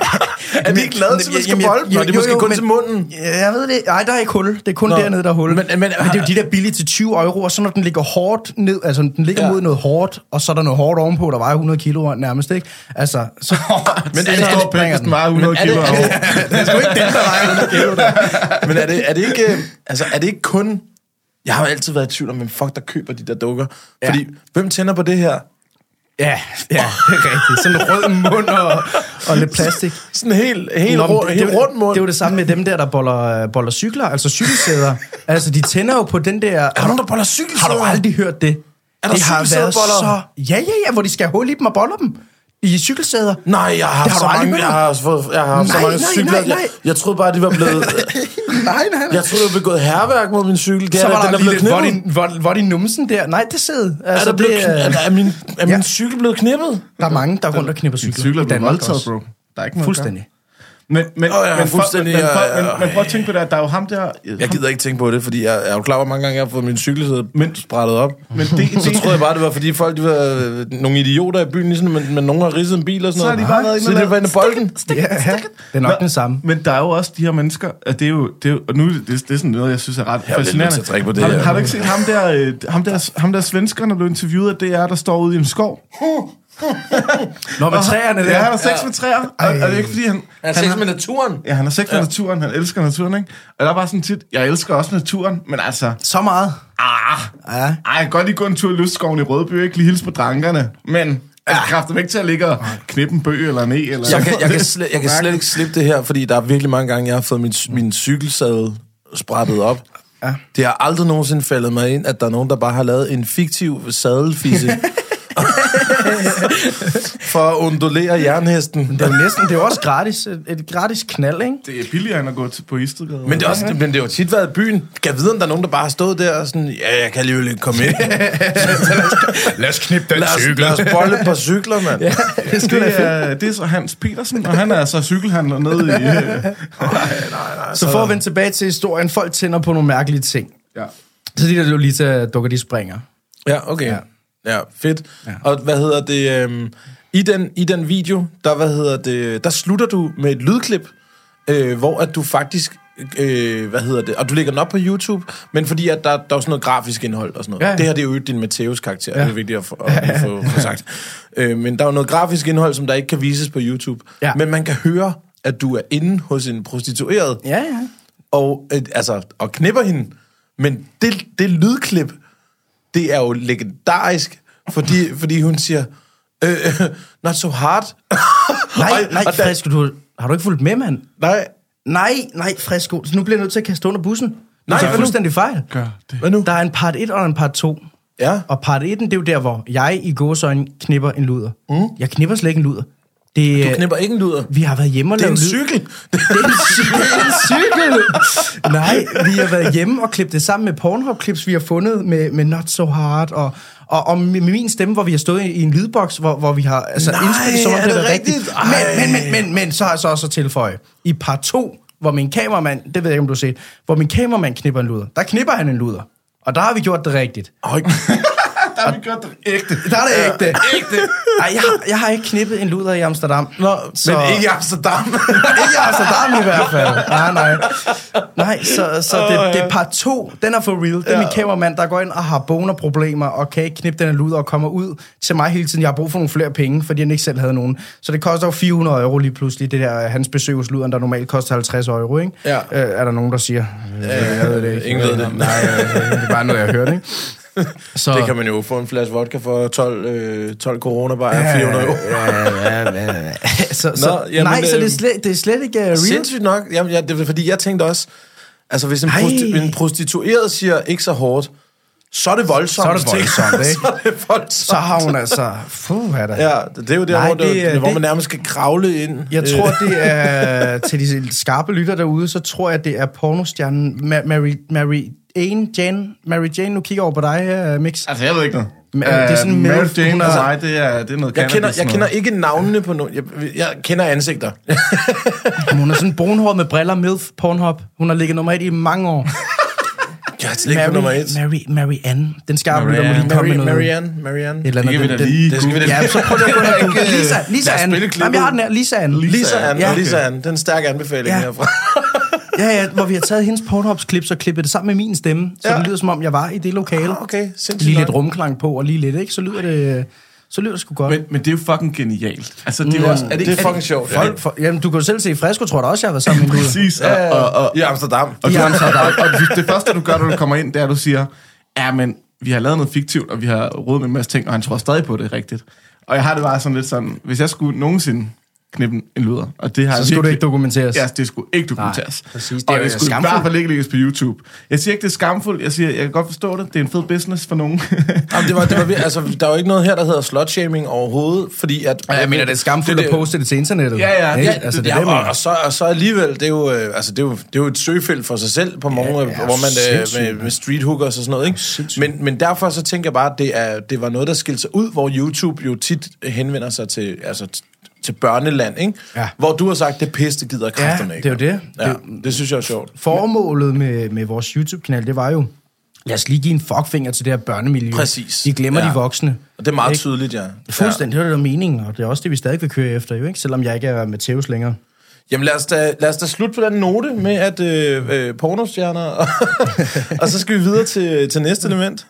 Er de ikke lavet til, at man skal Jamen, bolde dem, og de jo, måske jo, kun men- til munden? Ja, jeg ved det. Nej, der er ikke hul. Det er kun Nå. dernede, der er hul. Men- Men, men- men, men det er jo de der billige til tyve euro, og så når den ligger hårdt ned, altså den ligger Ja. ja. mod noget hårdt, og så er der noget hårdt ovenpå, der vejer hundrede kilo nærmest, ikke? Altså, så... Men det er en stor pæk, hvis den vejer hundrede Men er det- kilo. er det- det er sgu ikke den, der vejer hundrede kilo, der. Men er det, er det ikke... øh, Altså, er det ikke kun... Jeg har jo altid været i tvivl om, hvem fuck, der køber de der dukker. Fordi, Ja. hvem tænder på det her? Ja, ja, det er rigtigt. Sådan en rød mund og, og lidt plastik. Sådan helt, helt, Nå, men rund, det, helt det, er jo- rundt mund. det er jo det samme med dem der, der boller, boller cykler, altså cykelsæder. Altså, de tænder jo på den der... Er der nogen, der boller cykelsæder? Har du aldrig hørt det? Er der det har været cykelsædeboller? så... Ja, ja, ja, hvor de skal have hul i dem og boller dem. I cykelsæder. Nej, jeg har, Det har så du aldrig mange, hørt jeg om? har, fået, jeg har haft så Nej, mange nej, cykler. nej, Jeg, nej. jeg troede bare, de var blevet... Nej, nej, nej. Jeg troede, jeg var begået hærværk mod min cykel. Det Så er, var den der er lige blevet lidt knippet. vod i, vod, vod i numsen der. Nej, det sidder. Er, Altså, der blevet, det, kn- er, er min, er min Ja. cykel blevet knippet? der er mange, der er rundt og knipper Din cykler. cykel er i blevet Danmark voldtaget, også. bro. Der er ikke noget Fuldstændig. Men, men, Åh, ja, men, fuldstændig, men, ja, men, ja. men prøv at tænke på det, at der er jo ham der... Jeg gider ikke tænke på det, fordi jeg, jeg er jo klar, hvor mange gange jeg har fået min cykelsæde Men- sprættet op. Men det, Så det, troede jeg bare, det var, fordi folk de var øh, nogle idioter i byen, ligesom, men, men nogen har ridset en bil og sådan Så har noget. de bare været inde Så og det var inde i bolden. Ja, ja, det er nok den samme. Men der er jo også de her mennesker, at det er jo, det er jo og nu er det, det er sådan noget, jeg synes er ret bliver nødt fascinerende. til at trække på det har, her. har du ikke set ham der, øh, ham der, ham der svenskeren, der blev interviewet af D R, der står ude i en skov? Nå, med træerne der. Ja, han har sex med træer. Og, og det er ikke fordi, han... Han har sex med naturen. Ja, han har sex med naturen, han elsker naturen, ikke? Og der er bare sådan tit, jeg elsker også naturen, men altså... Så meget. Ah, Ja. ej, jeg kan godt lige gå en tur i Lystskoven i Rødby, ikke lige hilse på drankerne, men jeg kræfter ikke til at ligge og knippe en bøg eller en e, eller... Jeg kan, jeg, kan slet, jeg kan slet ikke slippe det her, fordi der er virkelig mange gange, jeg har fået min, min cykelsadel sprættet op. Ja. Det har aldrig nogensinde faldet mig ind, at der er nogen, der bare har lavet en fiktiv sadelfisse for at undulere jernhesten. Det er jo næsten, det er jo også gratis. Et, et gratis knald, ikke? Det er billigere end at gå til på Istedgade. Men det, er også, men det har jo tit været i byen. Kan jeg vide, om der er nogen, der bare har stået der og sådan, ja, jeg kan alligevel ikke komme ind. Lad os knippe den Lad os, cykel. lad os bolle på cykler, mand. Ja, det skal Det er, det er så Hans Petersen, og han er så cykelhandler nede i... Øh, Nej, nej, Så for at vende tilbage til historien, folk tænder på nogle mærkelige ting. ja. Så de der Lolita dukker, de springer. Ja, okay. Ja. Ja, ja fedt. Ja. Ja. Og hvad hedder det... Øhm, i, den, I den video, der, hvad hedder det, der slutter du med et lydklip, øh, hvor at du faktisk... Øh, hvad hedder det? Og du lægger den op på YouTube, men fordi at der, der er sådan noget grafisk indhold og sådan noget. Ja, ja. Det her, det er jo din Matteus karakter, Ja. det er vigtigt at få, at få, få sagt. Øh, men der er jo noget grafisk indhold, som der ikke kan vises på YouTube. Ja. Men man kan høre, at du er inde hos en prostitueret, Ja, ja. og, øh, altså, og knipper hende. Men det, det lydklip, det er jo legendarisk, fordi, fordi hun siger, øh, øh, not so hard. Nej, Og- nej, og der- Frisk, du, har du ikke fulgt med, mand? Nej, Nej, nej, Frisko. Så nu bliver jeg nødt til at kaste under bussen. Du Nej, tager hvad nu? fuldstændig fejl. Gør det. hvad nu? Der er en part et og en part to. Ja. Og part et, det er jo der, hvor jeg i gåseøjne knipper en luder. Mm. Jeg knipper slet ikke en luder. Det, Du knipper ikke en luder. Vi har været hjemme og Det er lavet en lyd. cykel. Det er en, cy- det er en cykel! Nej, vi har været hjemme og klippet det sammen med Pornhub-clips, vi har fundet med, med Not So Hard, og, og, og med min stemme, hvor vi har stået i, i en lydboks, hvor, hvor vi har altså, Nej, indspillet, som om er det det var rigtigt. rigtigt? Men, men, Ej. men, men, men, så har jeg så også at tilføje. I part to, hvor min kameramand, det ved jeg ikke, om du har set, hvor min kameramand knipper en luder. Der knipper han en luder. Og der har vi gjort det rigtigt. Øj, Der har vi gjort det ægte. Der er det ægte. ægte. Ej, jeg, har- jeg har ikke knippet en luder i Amsterdam. Nå, Så- men ikke i Amsterdam. Ikke i Amsterdam i hvert fald. Nej, nej. Nej, så, så det, det er part to. Den er for real. Det er min kameramand, der går ind og har bonerproblemer og kan ikke knippe den her luder og kommer ud til mig hele tiden. Jeg har brug for nogle flere penge, fordi han ikke selv havde nogen. Så det koster jo fire hundrede euro lige pludselig, det der hans besøg hos luderen, der normalt koster halvtreds euro, ikke? Ja. Øh, er der nogen, der siger? Øh, jeg ved det ikke. Ingen ved det. Nej, øh, det er bare noget, jeg har hørt, ikke? Så, Det kan man jo få en flaske vodka for tolv, øh, tolv corona bare fire hundrede euro. så, så, Nå, jamen, nej, så det er øh, slet, det er slet ikke uh, real. Sindssygt nok. Jamen, ja, det er fordi, jeg tænkte også, altså hvis en, Ej. prosti- en prostitueret siger ikke så hårdt, så er det voldsomt. Så er det voldsomt, ikke? Så er det voldsomt. Så har hun altså... Fuh, er der. Ja, det er jo der, Nej, hvor, det, det er- hvor det- man nærmest skal kravle ind. Jeg tror, det er... Til de skarpe lytter derude, så tror jeg, det er pornostjernen Ma- Mary, Mary Jane, Jane, Mary Jane, nu kigger jeg over på dig, uh, Mix. Altså, jeg ved ikke noget. Men, øh, det er sådan en Mary milf, Jane hun for er- mig, det er, det er noget Jeg kender, cannabis jeg kender noget. ikke navnene på nogen. Jeg, jeg kender ansigter. Hun er sådan brunhåret med briller, milf, Pornhub. Hun har ligget nummer et i mange år. Jeg er slet ikke på nummer et. Mary, Mary Ann. Den skarpe lytter må Marianne. lige komme Mary, med noget. Marianne, Marianne. Et eller andet. Det kan vi Den- da den- lige det skal vi da- Ja, så prøv lige at gå ind og google. Lisa, Lisa Lad os Ann. spille klippet. Jamen, jeg har den her. Lisa Ann. Lisa Ann, Ja. ja. Lisa Ann. Det er en stærk anbefaling Ja. herfra. Ja, ja, hvor vi har taget hendes Pornhubs-klips og klippet det sammen med min stemme. Så Ja. det lyder, som om jeg var i det lokale. Ah, okay, sindssygt Lige nok. lidt rumklang på, og lige lidt, ikke? Så lyder det, så lyder det sgu godt. Men, men det er jo fucking genialt. Altså, det er jo Ja. også... Er det, Det er ikke- fucking sjovt. Folk, for, jamen, du kan jo selv se, Fresco tror jeg da også, jeg har været sammen med en luder. Præcis. Og, og, og, I Amsterdam. og, I du, Amsterdam. og, og du- det første, du gør, når du kommer ind, det er, at du siger, ja, men vi har lavet noget fiktivt, og vi har rådet med en masse ting, og han tror stadig på, det er rigtigt. Og jeg har det bare sådan lidt sådan, hvis jeg skulle nogensinde knippe en luder, og det har Så jeg skulle det virkelig- ikke dokumenteres. Ja, det skulle ikke dokumenteres. Nej, præcis. Det Og er jo det skulle i skamfuldt. hvert fald ikke lægges på YouTube. Jeg siger ikke, det er skamfuldt. Jeg siger, jeg kan godt forstå det. Det er en fed business for nogen. Jamen, det var, det var, vir- altså, der er jo ikke noget her, der hedder slutshaming overhovedet, fordi at... Og jeg mener, det er skamfuldt at poste det til internettet. Ja, ja. Ikke? Ja, altså, det Ja, er det, jeg og, mener. og, så, og så alligevel, det er jo, øh, altså, det er jo, det er jo et søgefelt for sig selv på mange, Ja, ja, ja, hvor man øh, sindssygt, med, med street hookers og sådan noget, ikke? Sindssygt. Men, men derfor så tænker jeg bare, at det, er, det var noget, der skilte sig ud, hvor YouTube jo tit henvender sig til, altså, t- til børneland, ikke? Ja. Hvor du har sagt, det pisse, det gider kræfterne Ja, ikke. det er jo det. Ja, Det- det synes jeg er sjovt. Formålet med, med vores YouTube-kanal, det var jo, lad os lige give en fuckfinger til det her børnemiljø. Præcis. De glemmer Ja. de voksne. Og det er meget Ikke? tydeligt, ja. Fuldstændig, det er det, der er meningen, og det er også det, vi stadig vil køre efter, jo ikke? Selvom jeg ikke er Matteus længere. Jamen lad os da, lad os da slutte på den note med, at øh, øh, pornostjerner, og, og så skal vi videre til, til næste element.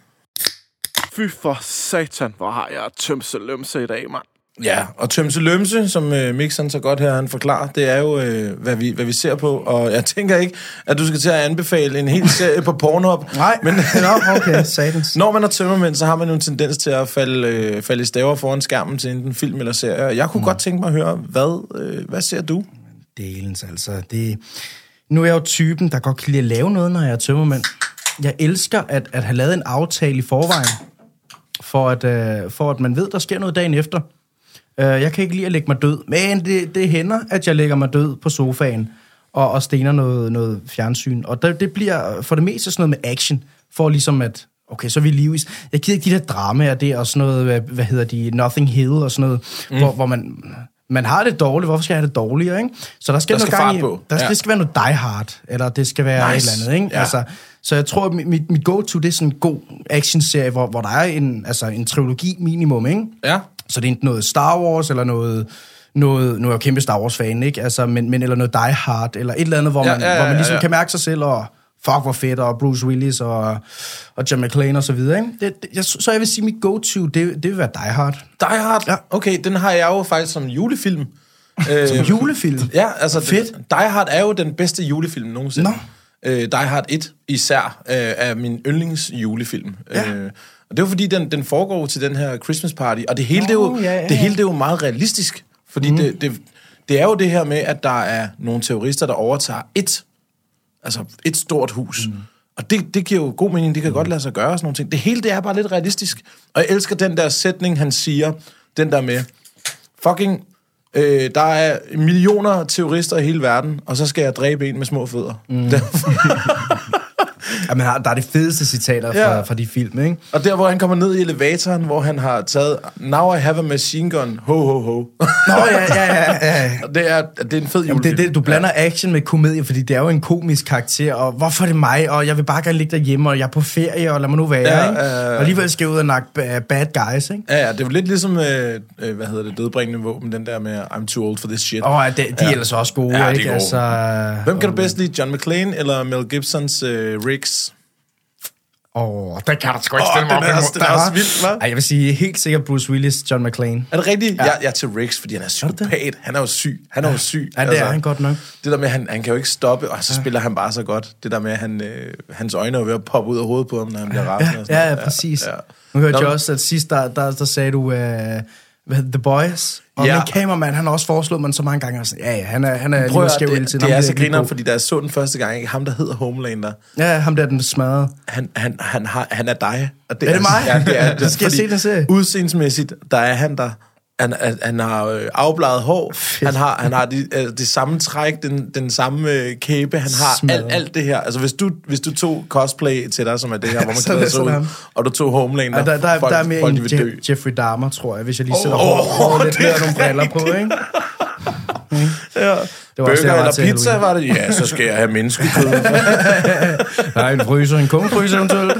Fy for satan, hvor har jeg tømse lømse i dag, mand. Ja, og Tømse Lømse, som øh, Mixon så godt her, han forklarer, det er jo, øh, hvad, vi, hvad vi ser på, og jeg tænker ikke, at du skal til at anbefale en hel serie på Pornhub. Nej, Men Nå, okay, satans. når man er tømmermænd, så har man jo en tendens til at falde, øh, falde i staver foran skærmen til enten film eller serie. Jeg kunne mm. godt tænke mig at høre, hvad, øh, hvad ser du? Delens, altså. Det... Nu er jeg jo typen, der godt kan lide at lave noget, når jeg er tømmermænd. Jeg elsker at, at have lavet en aftale i forvejen, for at, øh, for at man ved, der sker noget dagen efter. Uh, jeg kan ikke lide at lægge mig død, men det, det hænder, at jeg lægger mig død på sofaen og, og stener noget, noget fjernsyn. Og det, det bliver for det meste sådan noget med action, for ligesom at okay, så er vi lige... Jeg gider ikke de der dramaer der, og sådan noget, hvad, hvad hedder de, Nothing Hill og sådan noget, mm. hvor, hvor man... Man har det dårligt, hvorfor skal jeg have det dårligere, ikke? Så der skal, der noget skal gang i, på. Der, ja. det skal være noget Die Hard, eller det skal være nice. Et eller andet, ikke? Ja. Altså, så jeg tror, at mit, mit go-to, det er sådan en god actionserie, hvor, hvor der er en, altså en trilogi minimum, ikke? Ja. Så det er ikke noget Star Wars, eller noget... noget nu er jeg jo kæmpe Star Wars-fan, ikke? Altså, men, men eller noget Die Hard, eller et eller andet, hvor man, ja, ja, ja, hvor man ligesom ja, ja. kan mærke sig selv, og fuck, hvor fedt, og Bruce Willis, og, og John McClane, og så videre, ikke? Det, det, jeg, så jeg vil sige, mit go-to, det, det vil være Die Hard. Die Hard? Ja. Okay, den har jeg jo faktisk som julefilm. Som øh, julefilm? Ja, altså... Fedt. Den, Die Hard er jo den bedste julefilm nogensinde. Nå. Øh, Die Hard et især øh, er min yndlingsjulefilm. Ja. Øh, og det er jo fordi, den, den foregår til den her Christmas party, og det hele, oh, det er jo, ja, ja. det hele det er jo meget realistisk. Fordi mm. det, det, det er jo det her med, at der er nogle terrorister, der overtager et, altså et stort hus. Mm. Og det, det giver jo god mening, det kan mm. godt lade sig gøre, sådan nogle ting. Det hele, det er bare lidt realistisk. Og jeg elsker den der sætning, han siger, den der med, fucking, øh, der er millioner terrorister i hele verden, og så skal jeg dræbe en med små fødder. Mm. Jamen, der er de fedeste citater fra, ja. fra de film, ikke? Og der, hvor han kommer ned i elevatoren, hvor han har taget, now I have a machine gun, ho, ho, ho. Nå, ja, ja, ja. ja. det, er, det er en fed julefilm. Jamen, det, det, du blander ja. action med komedie, fordi det er jo en komisk karakter, og hvorfor er det mig, og jeg vil bare gerne ligge derhjemme, og jeg er på ferie, og lad mig nu være, ja, ikke? Øh, og alligevel skal jeg ud og nakke bad guys, ikke? Ja, ja, det er jo lidt ligesom, øh, hvad hedder det, dødbringende våben, den der med, I'm too old for this shit. Åh, oh, de, de ja. er ellers også gode, ja, ikke? Altså, hvem kan du bedst lide, John McClane eller Mel Gibsons øh, Riggs? Åh, oh, der kan du sgu ikke stille oh, mig op. Den er også vildt, hva'? Ej, jeg vil sige helt sikkert Bruce Willis, John McClane. Er det rigtigt? Ja. Jeg, jeg er til Riggs, fordi han er psykopat. Han er jo syg. Han er jo syg. Ja, det altså, er han godt nok. Det der med, han, han kan jo ikke stoppe, og så ja. spiller han bare så godt. Det der med, at han, øh, hans øjne er ved at poppe ud af hovedet på ham, når han bliver rasende. Ja, og sådan ja, ja, præcis. Ja, ja. Nu hørte Nå, jeg også, at sidst, der, der, der sagde du, uh, The Boys. Og ja. min kameramand, han har også foreslået mig så mange gange. Og sådan, ja, ja, han er, han er lige skæv hele tiden. Det, det er så griner, fordi da jeg så den første gang, ikke? Ham, der hedder Homelander. Ja, ham der, den smadrede. Han, han, han, har, han er dig. Og det er, er det mig? Ja, det er, det, skal jeg se den serie? Udseendsmæssigt, der er han der. Han, han har øh, afbladet hår, Fedt. han har, han har de, øh, det samme træk, den, den samme øh, kæbe, han har alt, alt det her. Altså hvis du, hvis du tog cosplay til dig, som er det her, hvor man klæder sig ud, og du tog Homelander, ja, der, der, folk, der er mere folk, en Je- Jeffrey Dahmer, tror jeg, hvis jeg lige sætter oh, hår, oh, lidt mere nogle briller på, ikke? Mm. Ja. Det var Burger også, eller pizza, var det? Ja, så skal jeg have menneskekød. Nej, en fryser, en kongefryser eventuelt.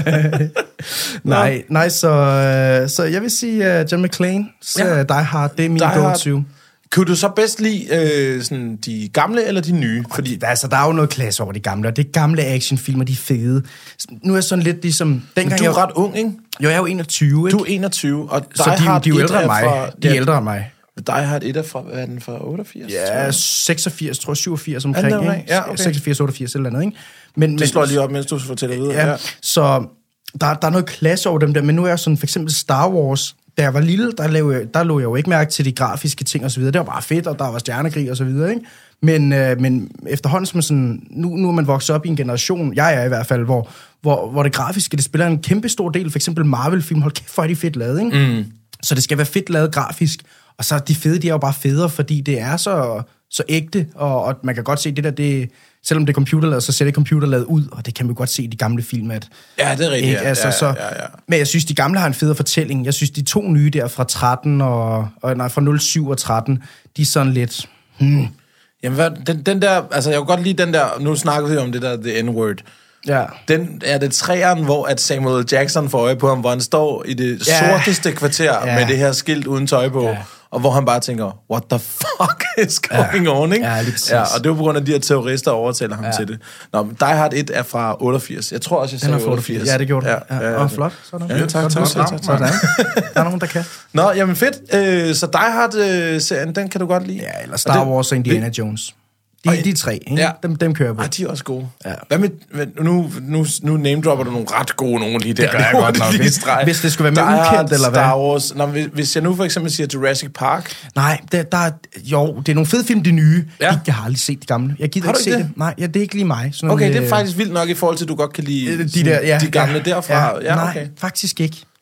nej, nej, så, så jeg vil sige uh, John McClane, så ja. Die Hard, det er min go-to. Kunne du så bedst lide øh, sådan, de gamle eller de nye? Fordi der, altså, der er jo noget klasse over de gamle, og det er gamle actionfilmer, de er fede. Nu er jeg sådan lidt ligesom... Dengang du er jeg, ret ung, ikke? Jo, jeg er jo enogtyve, ikke? Du er enogtyve, og så de, de er jo ældre end mig. Fra, de er ældre end mig. Die Hard et er fra, hvad er den, fra otteogfirs? Ja, seksogfirs, tror jeg, syvogfirs omkring, ikke? Ja, okay. seksogfirs, otteogfirs eller andet, ikke? Men, det men, slår lige op, mens du fortæller videre. Ja, ja. Så der, der er noget klasse over dem der, men nu er jeg sådan, for eksempel Star Wars, da jeg var lille, der, lavede, der lå jeg jo ikke mærke til de grafiske ting og så videre. Det var bare fedt, og der var stjernekrig og så videre, ikke? Men, øh, men efterhånden som sådan, nu, nu er man vokset op i en generation, jeg er i hvert fald, hvor, hvor, hvor det grafiske, det spiller en kæmpe stor del. For eksempel Marvel-film, hold kæft, hvor er de fedt lavet, ikke? Mm. Så det skal være fedt lavet grafisk. Og så de fede, de er jo bare federe, fordi det er så, så ægte, og, og man kan godt se det der, det, selvom det er computerlavet, så ser det computerlavet ud, og det kan man godt se i de gamle film, at... Ja, det er rigtigt, ikke? Altså, ja, så, ja, ja, ja. Men jeg synes, de gamle har en federe fortælling. Jeg synes, de to nye der fra tretten og... og nej, fra nul syv og tretten, de er sådan lidt... Hmm. Jamen, hvad, den, den der... Altså, jeg kunne godt lide den der... Nu snakker vi om det der, the N-word. Ja. Den er det træeren, hvor at Samuel Jackson får øje på ham, hvor han står i det ja. sorteste kvarter ja. med det her skilt uden tøj på, ja. og hvor han bare tænker, what the fuck is going ja. on, ikke? Ja, ja, og det var på grund af de her terrorister, der overtaler ham ja. til det. Nå, men Die Hard et er fra otteogfirs. Jeg tror også, jeg sagde otteogfirs. Ja, det gjorde du. Ja, ja, ja, ja. Og flot. Sådan. Ja, tak, tak, tak, tak, tak. Der er nogen, der kan. Nå, jamen fedt. Øh, så Die Hard-serien, den kan du godt lide? Ja, eller Star Wars og Indiana Jones. De, de tre, ikke? Ja. Dem, dem kører jeg på. Ah, de er også gode. Ja. Hvad med, nu, nu, nu name-dropper du nogle ret gode nogle lige der. Det gør jeg godt nok. Hvis, hvis det skulle være mere ukendt, eller hvad? Star Wars. Nå, hvis, hvis jeg nu for eksempel siger Jurassic Park. Nej, der, der, jo, det er nogle fede film, de nye. Ja. De, jeg har aldrig set de gamle. Jeg gider har ikke se det? det. Nej, ja, det er ikke lige mig. Sådan okay, nogle, det er faktisk vildt nok i forhold til, at du godt kan lide de, der, ja, de gamle ja, derfra. Ja, ja, nej, okay. faktisk ikke.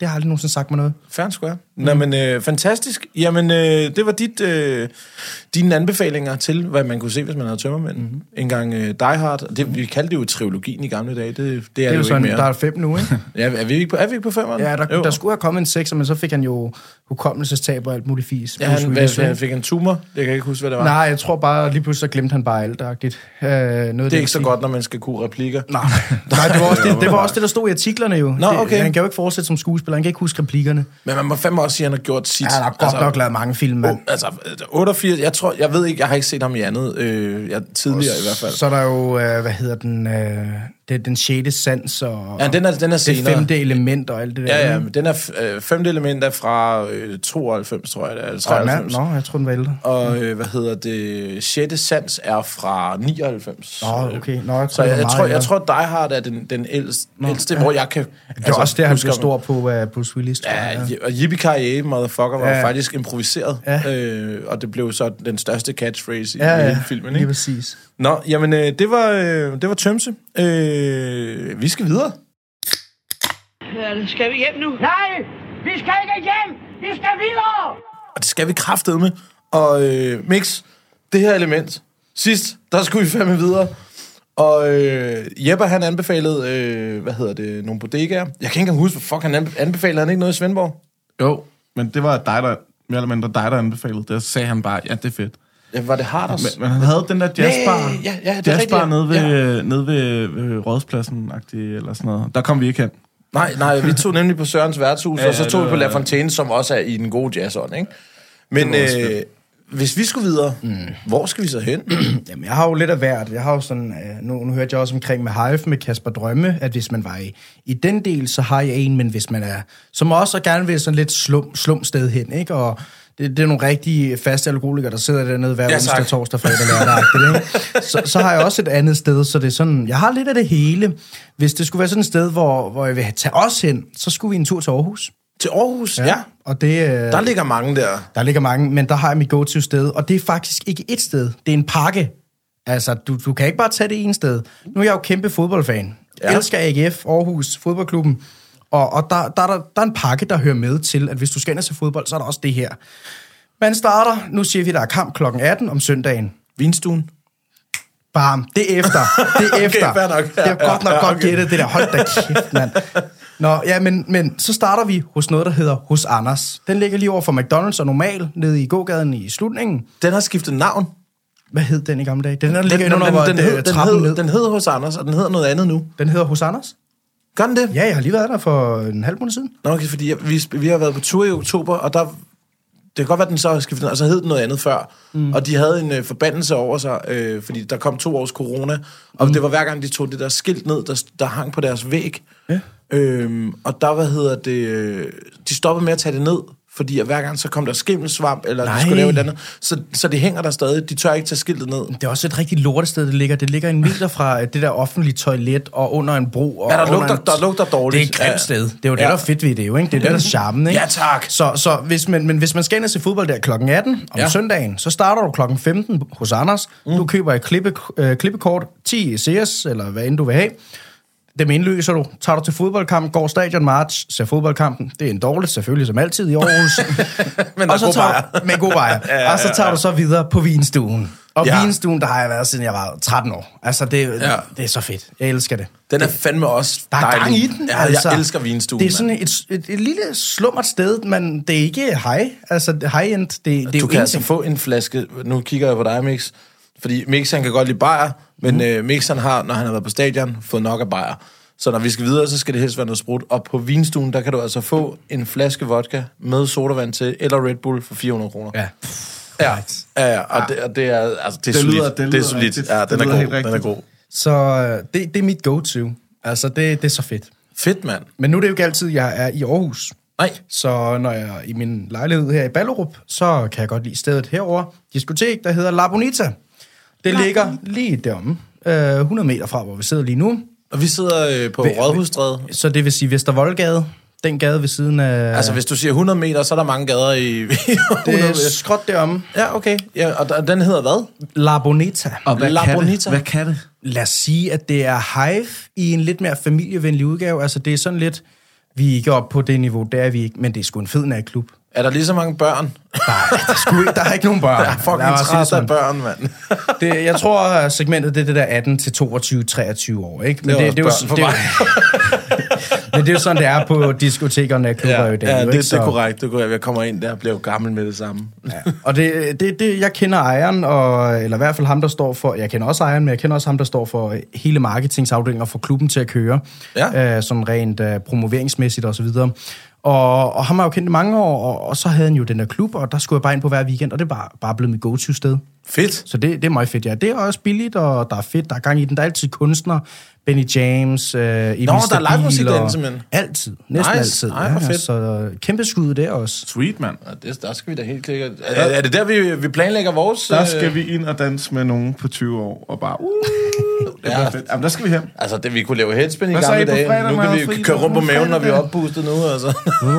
Det har aldrig nogensinde sagt mig noget. Fair and square. Mm. Nå, men øh, fantastisk. Jamen, øh, det var dit, øh, dine anbefalinger til, hvad man kunne se, hvis man havde tømmermænd. Mm-hmm. En gang øh, Die Hard. Det, vi kaldte det jo trilogien i gamle dage. Det, det er det, det er jo sådan, ikke mere. Der er fem nu, ikke? Ja, er vi ikke på, er vi ikke på femmeren? Ja, der, der skulle have kommet en sekser, men så fik han jo hukommelsestab og alt muligt fis. Ja, han, hvad, hvad, fik en tumor. Det kan jeg ikke huske, hvad det var. Nej, jeg tror bare, lige pludselig så glemte han bare alt-agtigt. Øh, noget det er ikke så godt, når man skal kunne replikker. Nej, Nej det, var også det, det var også det, der stod i artiklerne jo. Nå, okay. Det, han kan jo ikke fortsætte som skuespiller, han kan ikke huske replikkerne. Men man må fandme også sige, at han har gjort sit. Ja, han har godt altså, nok lavet mange film, mand. Altså, otteogfirs, jeg tror, jeg ved ikke, jeg har ikke set ham i andet, øh, jeg, tidligere i hvert fald. Så er der jo, øh, hvad hedder den, øh, det er den sjette sans, og ja, den er, den er senere. Det femte element og alt det der. Ja, ja, men den er øh, femte element er fra øh, tooghalvfems, tror jeg, det er, eller treoghalvfems. Nå, jeg tror, den var ældre. Og øh, hvad hedder det, sjette sans er fra nioghalvfems. Nå, okay. Nå, jeg tror, så jeg, jeg, tror, jeg tror, Die Hard er den, den ældste, Nå, ældste ja. hvor jeg kan... Det er altså, også det, han blev stor på uh, Bruce Willis, tror ja, jeg. Ja, og Yippee-ki-yay, motherfucker, var ja. faktisk improviseret. Ja. Øh, og det blev så den største catchphrase ja, i ja, hele filmen, ikke? Lige præcis. Nå, jamen, øh, det var, øh, det var Tømse. Øh, vi skal videre. Skal vi hjem nu? Nej, vi skal ikke hjem! Vi skal videre! Og det skal vi kraftedeme. Og øh, Mix, det her element, sidst, der skulle vi fandme videre. Og øh, Jeppe, han anbefalede, øh, hvad hedder det, nogle bodegaer. Jeg kan ikke engang huske, hvad fuck han anbefalede. Han ikke noget i Svendborg? Jo, men det var dig, der, mere eller mindre dig, der anbefalede. Der sagde han bare, ja, det er fedt. Ja, var det Harders? Men, men han havde den der jazzbar, ja, ja, det jazzbar rigtigt, nede ved, ja. nede ved, ved Rådspladsen-agtig eller sådan noget. Der kom vi ikke hen. Nej, nej, vi tog nemlig på Sørens værtshus, ja, og så tog ja, vi på La Fontaine, som også er i den gode jazzånd, ikke? Men øh, hvis vi skulle videre, mm. hvor skal vi så hen? Jamen, jeg har jo lidt af hvert. Jeg har jo sådan, øh, nu, nu hørte jeg også omkring med Hive, med Kasper Drømme, at hvis man var i, i den del, så har jeg en, men hvis man er, som også gerne vil sådan lidt slum, slum sted hen, ikke? Og det, det er nogle rigtig faste alkoholikere, der sidder dernede hver ja, onsdag, torsdag, fredag, lørdag, ikke? Så, så har jeg også et andet sted, så det er sådan, jeg har lidt af det hele. Hvis det skulle være sådan et sted, hvor, hvor jeg vil tage os hen, så skulle vi en tur til Aarhus. Til Aarhus, ja. ja. Og det, der ligger mange der. Der ligger mange, men der har jeg mit go-to-sted, og det er faktisk ikke et sted. Det er en pakke. Altså, du, du kan ikke bare tage det ene sted. Nu er jeg jo kæmpe fodboldfan. Jeg ja. elsker A G F, Aarhus, fodboldklubben. Og, og der, der, der, der er en pakke, der hører med til, at hvis du skal ind og se fodbold, så er der også det her. Man starter, nu siger vi, der er kamp klokken atten om søndagen. Vinstuen. Bam, det er efter. Det er efter. Okay, nok. Ja, det er godt nok ja, okay. godt gættet, det der. Hold da kæft, mand. Nå, ja, men, men så starter vi hos noget, der hedder Hos Anders. Den ligger lige over for McDonald's og Normal, nede i gågaden i slutningen. Den har skiftet navn. Hvad hed den i gamle dage? Den, der ligger den, under, den, hvor den, hed, den, hed, den hed Hos Anders, og den hedder noget andet nu. Den hedder Hos Anders? Gør den det? Ja, jeg har lige været der for en halv måned siden. Nå, okay, fordi jeg, vi, vi har været på tur i oktober, og der... Det kan godt være, at den så har skiftet, og så hed den noget andet før. Mm. Og de havde en øh, forbandelse over sig, øh, fordi der kom to års corona, og mm. det var hver gang, de tog det der skilt ned, der, der hang på deres væg. Ja. Øhm, og der, hvad hedder det, øh, de stoppede med at tage det ned, fordi at hver gang så kom der skimmelsvamp, eller Nej. de skulle lave et andet. Så, så det hænger der stadig. De tør ikke tage skiltet ned. Det er også et rigtig lortested, det ligger. Det ligger en meter fra det der offentlige toilet, og under en bro. Og ja, der lugter, en... der lugter dårligt. Det er et grimt sted. Det er jo det, ja. der er fedt ved det jo, ikke? Det er det, der er charmen, ikke? Ja, tak. Så, så hvis, man, men hvis man skal ind og se fodbold der klokken atten om ja. søndagen, så starter du klokken femten hos Anders. Mm. Du køber et klippe, øh, klippekort, ti C S, eller hvad end du vil have. Dem indløser du, tager du til fodboldkamp, går stadion march, ser fodboldkampen. Det er en dårligt, selvfølgelig, som altid i Aarhus. Men og så god tager, med god bajer. ja, ja, ja. Og så tager du så videre på vinstuen. Og ja. vinstuen, der har jeg været, siden jeg var tretten år. Altså, det, ja. det er så fedt. Jeg elsker det. Den er fandme også dejlig. Der er gang i den. Ja, altså, jeg elsker vinstuen. Det er sådan et, et, et lille slummert sted, men det er ikke high. Altså, high-end, det, det er du jo kan altså få en flaske, nu kigger jeg på dig, Mix, fordi Mix, han kan godt lide bajer, men mm. øh, Mix, han har, når han har været på stadion, fået nok af bajer. Så når vi skal videre, så skal det helst være noget sprut. Og på vinstuen, der kan du altså få en flaske vodka med sodavand til, eller Red Bull for fire hundrede kroner. Ja. Ja, ja, ja, og det, og det er, altså, det er det solidt. Lyder, det, det er solidt. Ja, den det er god. Den er god. Så det, det er mit go-to. Altså, det, det er så fedt. Fedt, mand. Men nu er det jo ikke altid, jeg er i Aarhus. Nej. Så når jeg er i min lejlighed her i Ballerup, så kan jeg godt lide stedet herover. Diskotek, der hedder La Bonita. Det La ligger lige deromme, øh, hundrede meter fra, hvor vi sidder lige nu. Og vi sidder øh, på Rådhusstræde. Så det vil sige Vestervoldgade, den gade ved siden af... Altså, hvis du siger hundrede meter, så er der mange gader i... det er skråt deromme. Ja, okay. Ja, og den hedder hvad? La Bonita. Og hvad, La kan Bonita. Det? Hvad kan det? Lad os sige, at det er Hive i en lidt mere familievenlig udgave. Altså, det er sådan lidt... Vi er ikke oppe på det niveau, der er vi ikke, men det er sgu en fed natklub. Er der lige så mange børn? Nej, der, sgu ikke, der er ikke nogen børn. Der er fucking træt af børn, mand. Det, jeg tror, at segmentet det er det der atten til toogtyve treogtyve år, ikke? Men Det er det, det, også det, børn det, for det, men det er jo sådan, det er på diskoteker og natklubber Ja, i dag. ja jo, det, ikke? det er korrekt. Det er korrekt. Jeg kommer ind der og bliver jo gammel med det samme. Ja. Og det, det, det, jeg kender ejeren, og, eller i hvert fald ham, der står for, jeg kender også ejeren, men jeg kender også ham, der står for hele marketingsafdelingen og får klubben til at køre, Ja. øh, sådan rent øh, promoveringsmæssigt og så videre. Og, og ham har jeg jo kendt i mange år, og, og så havde han jo den der klub, og der skulle jeg bare ind på hver weekend, og det er bare, bare blevet mit go-to-sted. Fedt. Så det, det er meget fedt, ja. Det er også billigt, og der er fedt, der er gang i den. Der er altid kunstnere, Benny James, øh, Emil Nå, der er Stabil, livemusik derinde, og- simpelthen. Altid, næsten Nice. altid. Ej, hvor fedt. Så kæmpe skud der også. Sweet, mand. Ja, det, der skal vi da helt klikke. Er, er det der, vi, vi planlægger vores... Der øh, skal vi ind og danse med nogen på tyve år, og bare... Uh, det Ja. er fedt. Jamen, der skal vi hen. Altså, det, vi kunne lave headspin i Hvad så gamle I på dage. fredag, Nu kan Maja? vi Fri, køre rundt på på maven, når vi er fredag? oppustet nu. Altså.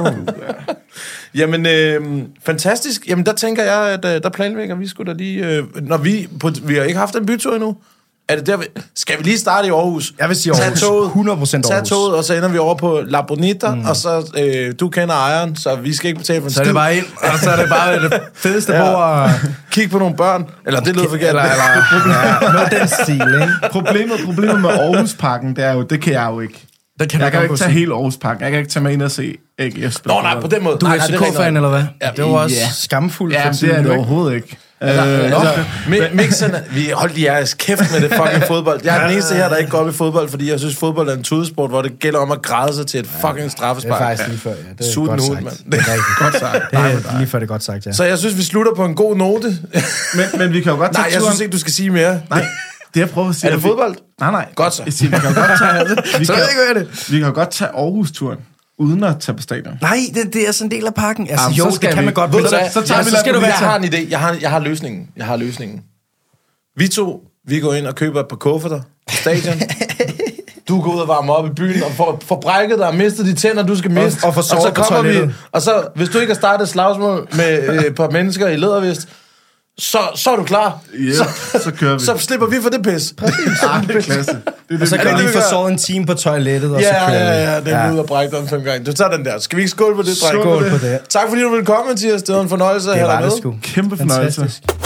Jamen, øh, fantastisk. Jamen, der tænker jeg, at øh, der planlægger vi skulle da lige... Øh, når vi... På, vi har ikke haft en bytur endnu. Er det der, vi, skal vi lige starte i Aarhus? Jeg vil sige Tag Aarhus. toget. hundrede procent Tag Aarhus. toget, og så ender vi over på La Bonita, mm. og så... Øh, du kender ejeren, så vi skal ikke betale for en Så er det skid. bare ind, og så er det bare det fedeste Ja. bord. Og... Kig på nogle børn. Eller det lyder forkert. Eller, eller ja, noget af den stil, ikke? Problemet, problemet med Aarhusparken, det er jo, det kan jeg jo ikke. Den kan Jeg du kan jo godt ikke gå tage se. hele Aarhusparken. Jeg kan ikke tage mig ind og se A G F spille. Nå, nej, på den måde. Du nej, er nej, det F C K-fan, eller hvad? Ja, Det var også ja. skamfuldt. Ja, for det tiden, er det ikke? overhovedet ikke. Altså, Øh, nå, altså, mi- mixerne, vi holdt lige jeres kæft med det fucking fodbold. Jeg er den eneste her, der ikke går op i fodbold, fordi jeg synes, fodbold er en tudesport, hvor det gælder om at græde sig til et fucking Det er straffespark. faktisk lige før, ja. Det er Sut godt den ud, sagt. mand. Det er rigtig Godt sagt. Det er lige før, det er godt sagt, ja. Så jeg synes, vi slutter på en god note. Men, men vi kan jo godt tage Nej, jeg turen. synes ikke, du skal sige mere. Nej, det jeg prøver at sige... Er det vi- fodbold? Nej, nej. Godt så. Jeg siger, vi kan jo godt tage... vi Så kan, ved jeg ikke, hvad det vi kan jo godt tage Aarhus-turen, uden at tage på stadion. Nej, det, det er sådan en del af pakken. Altså, Jamen, jo, så det skal kan vi. man godt. Ved Men du hvad? så, så, tager Ja, vi, så så skal du være Jeg har en idé. Jeg har, jeg har løsningen. Jeg har løsningen. Vi to, vi går ind og køber et par kufferter på stadion. Du går ud og varmer op i byen og får, får brækket dig og mistet de tænder, du skal miste. Og- og får og så sovet på kommer vi, toilettet. og så, hvis du ikke har startet et slagsmål med øh, et par mennesker i lædervest, så, så er du klar. Ja, så kører vi. Så slipper vi for det pis. Ah, det er klasse. Det er og det, så vi kan det, vi vi lige få gør? sovet en time på toilettet, og så Ja, kører vi. ja, ja, det er ude og brække dig om fem gange. Du tager den der. Skal vi ikke skåle på det, dreng? Skål på det. Tak fordi du ville komme, Mathias. Det var en fornøjelse at Det have var dig det med. sgu. Kæmpe fornøjelse. Fantastisk.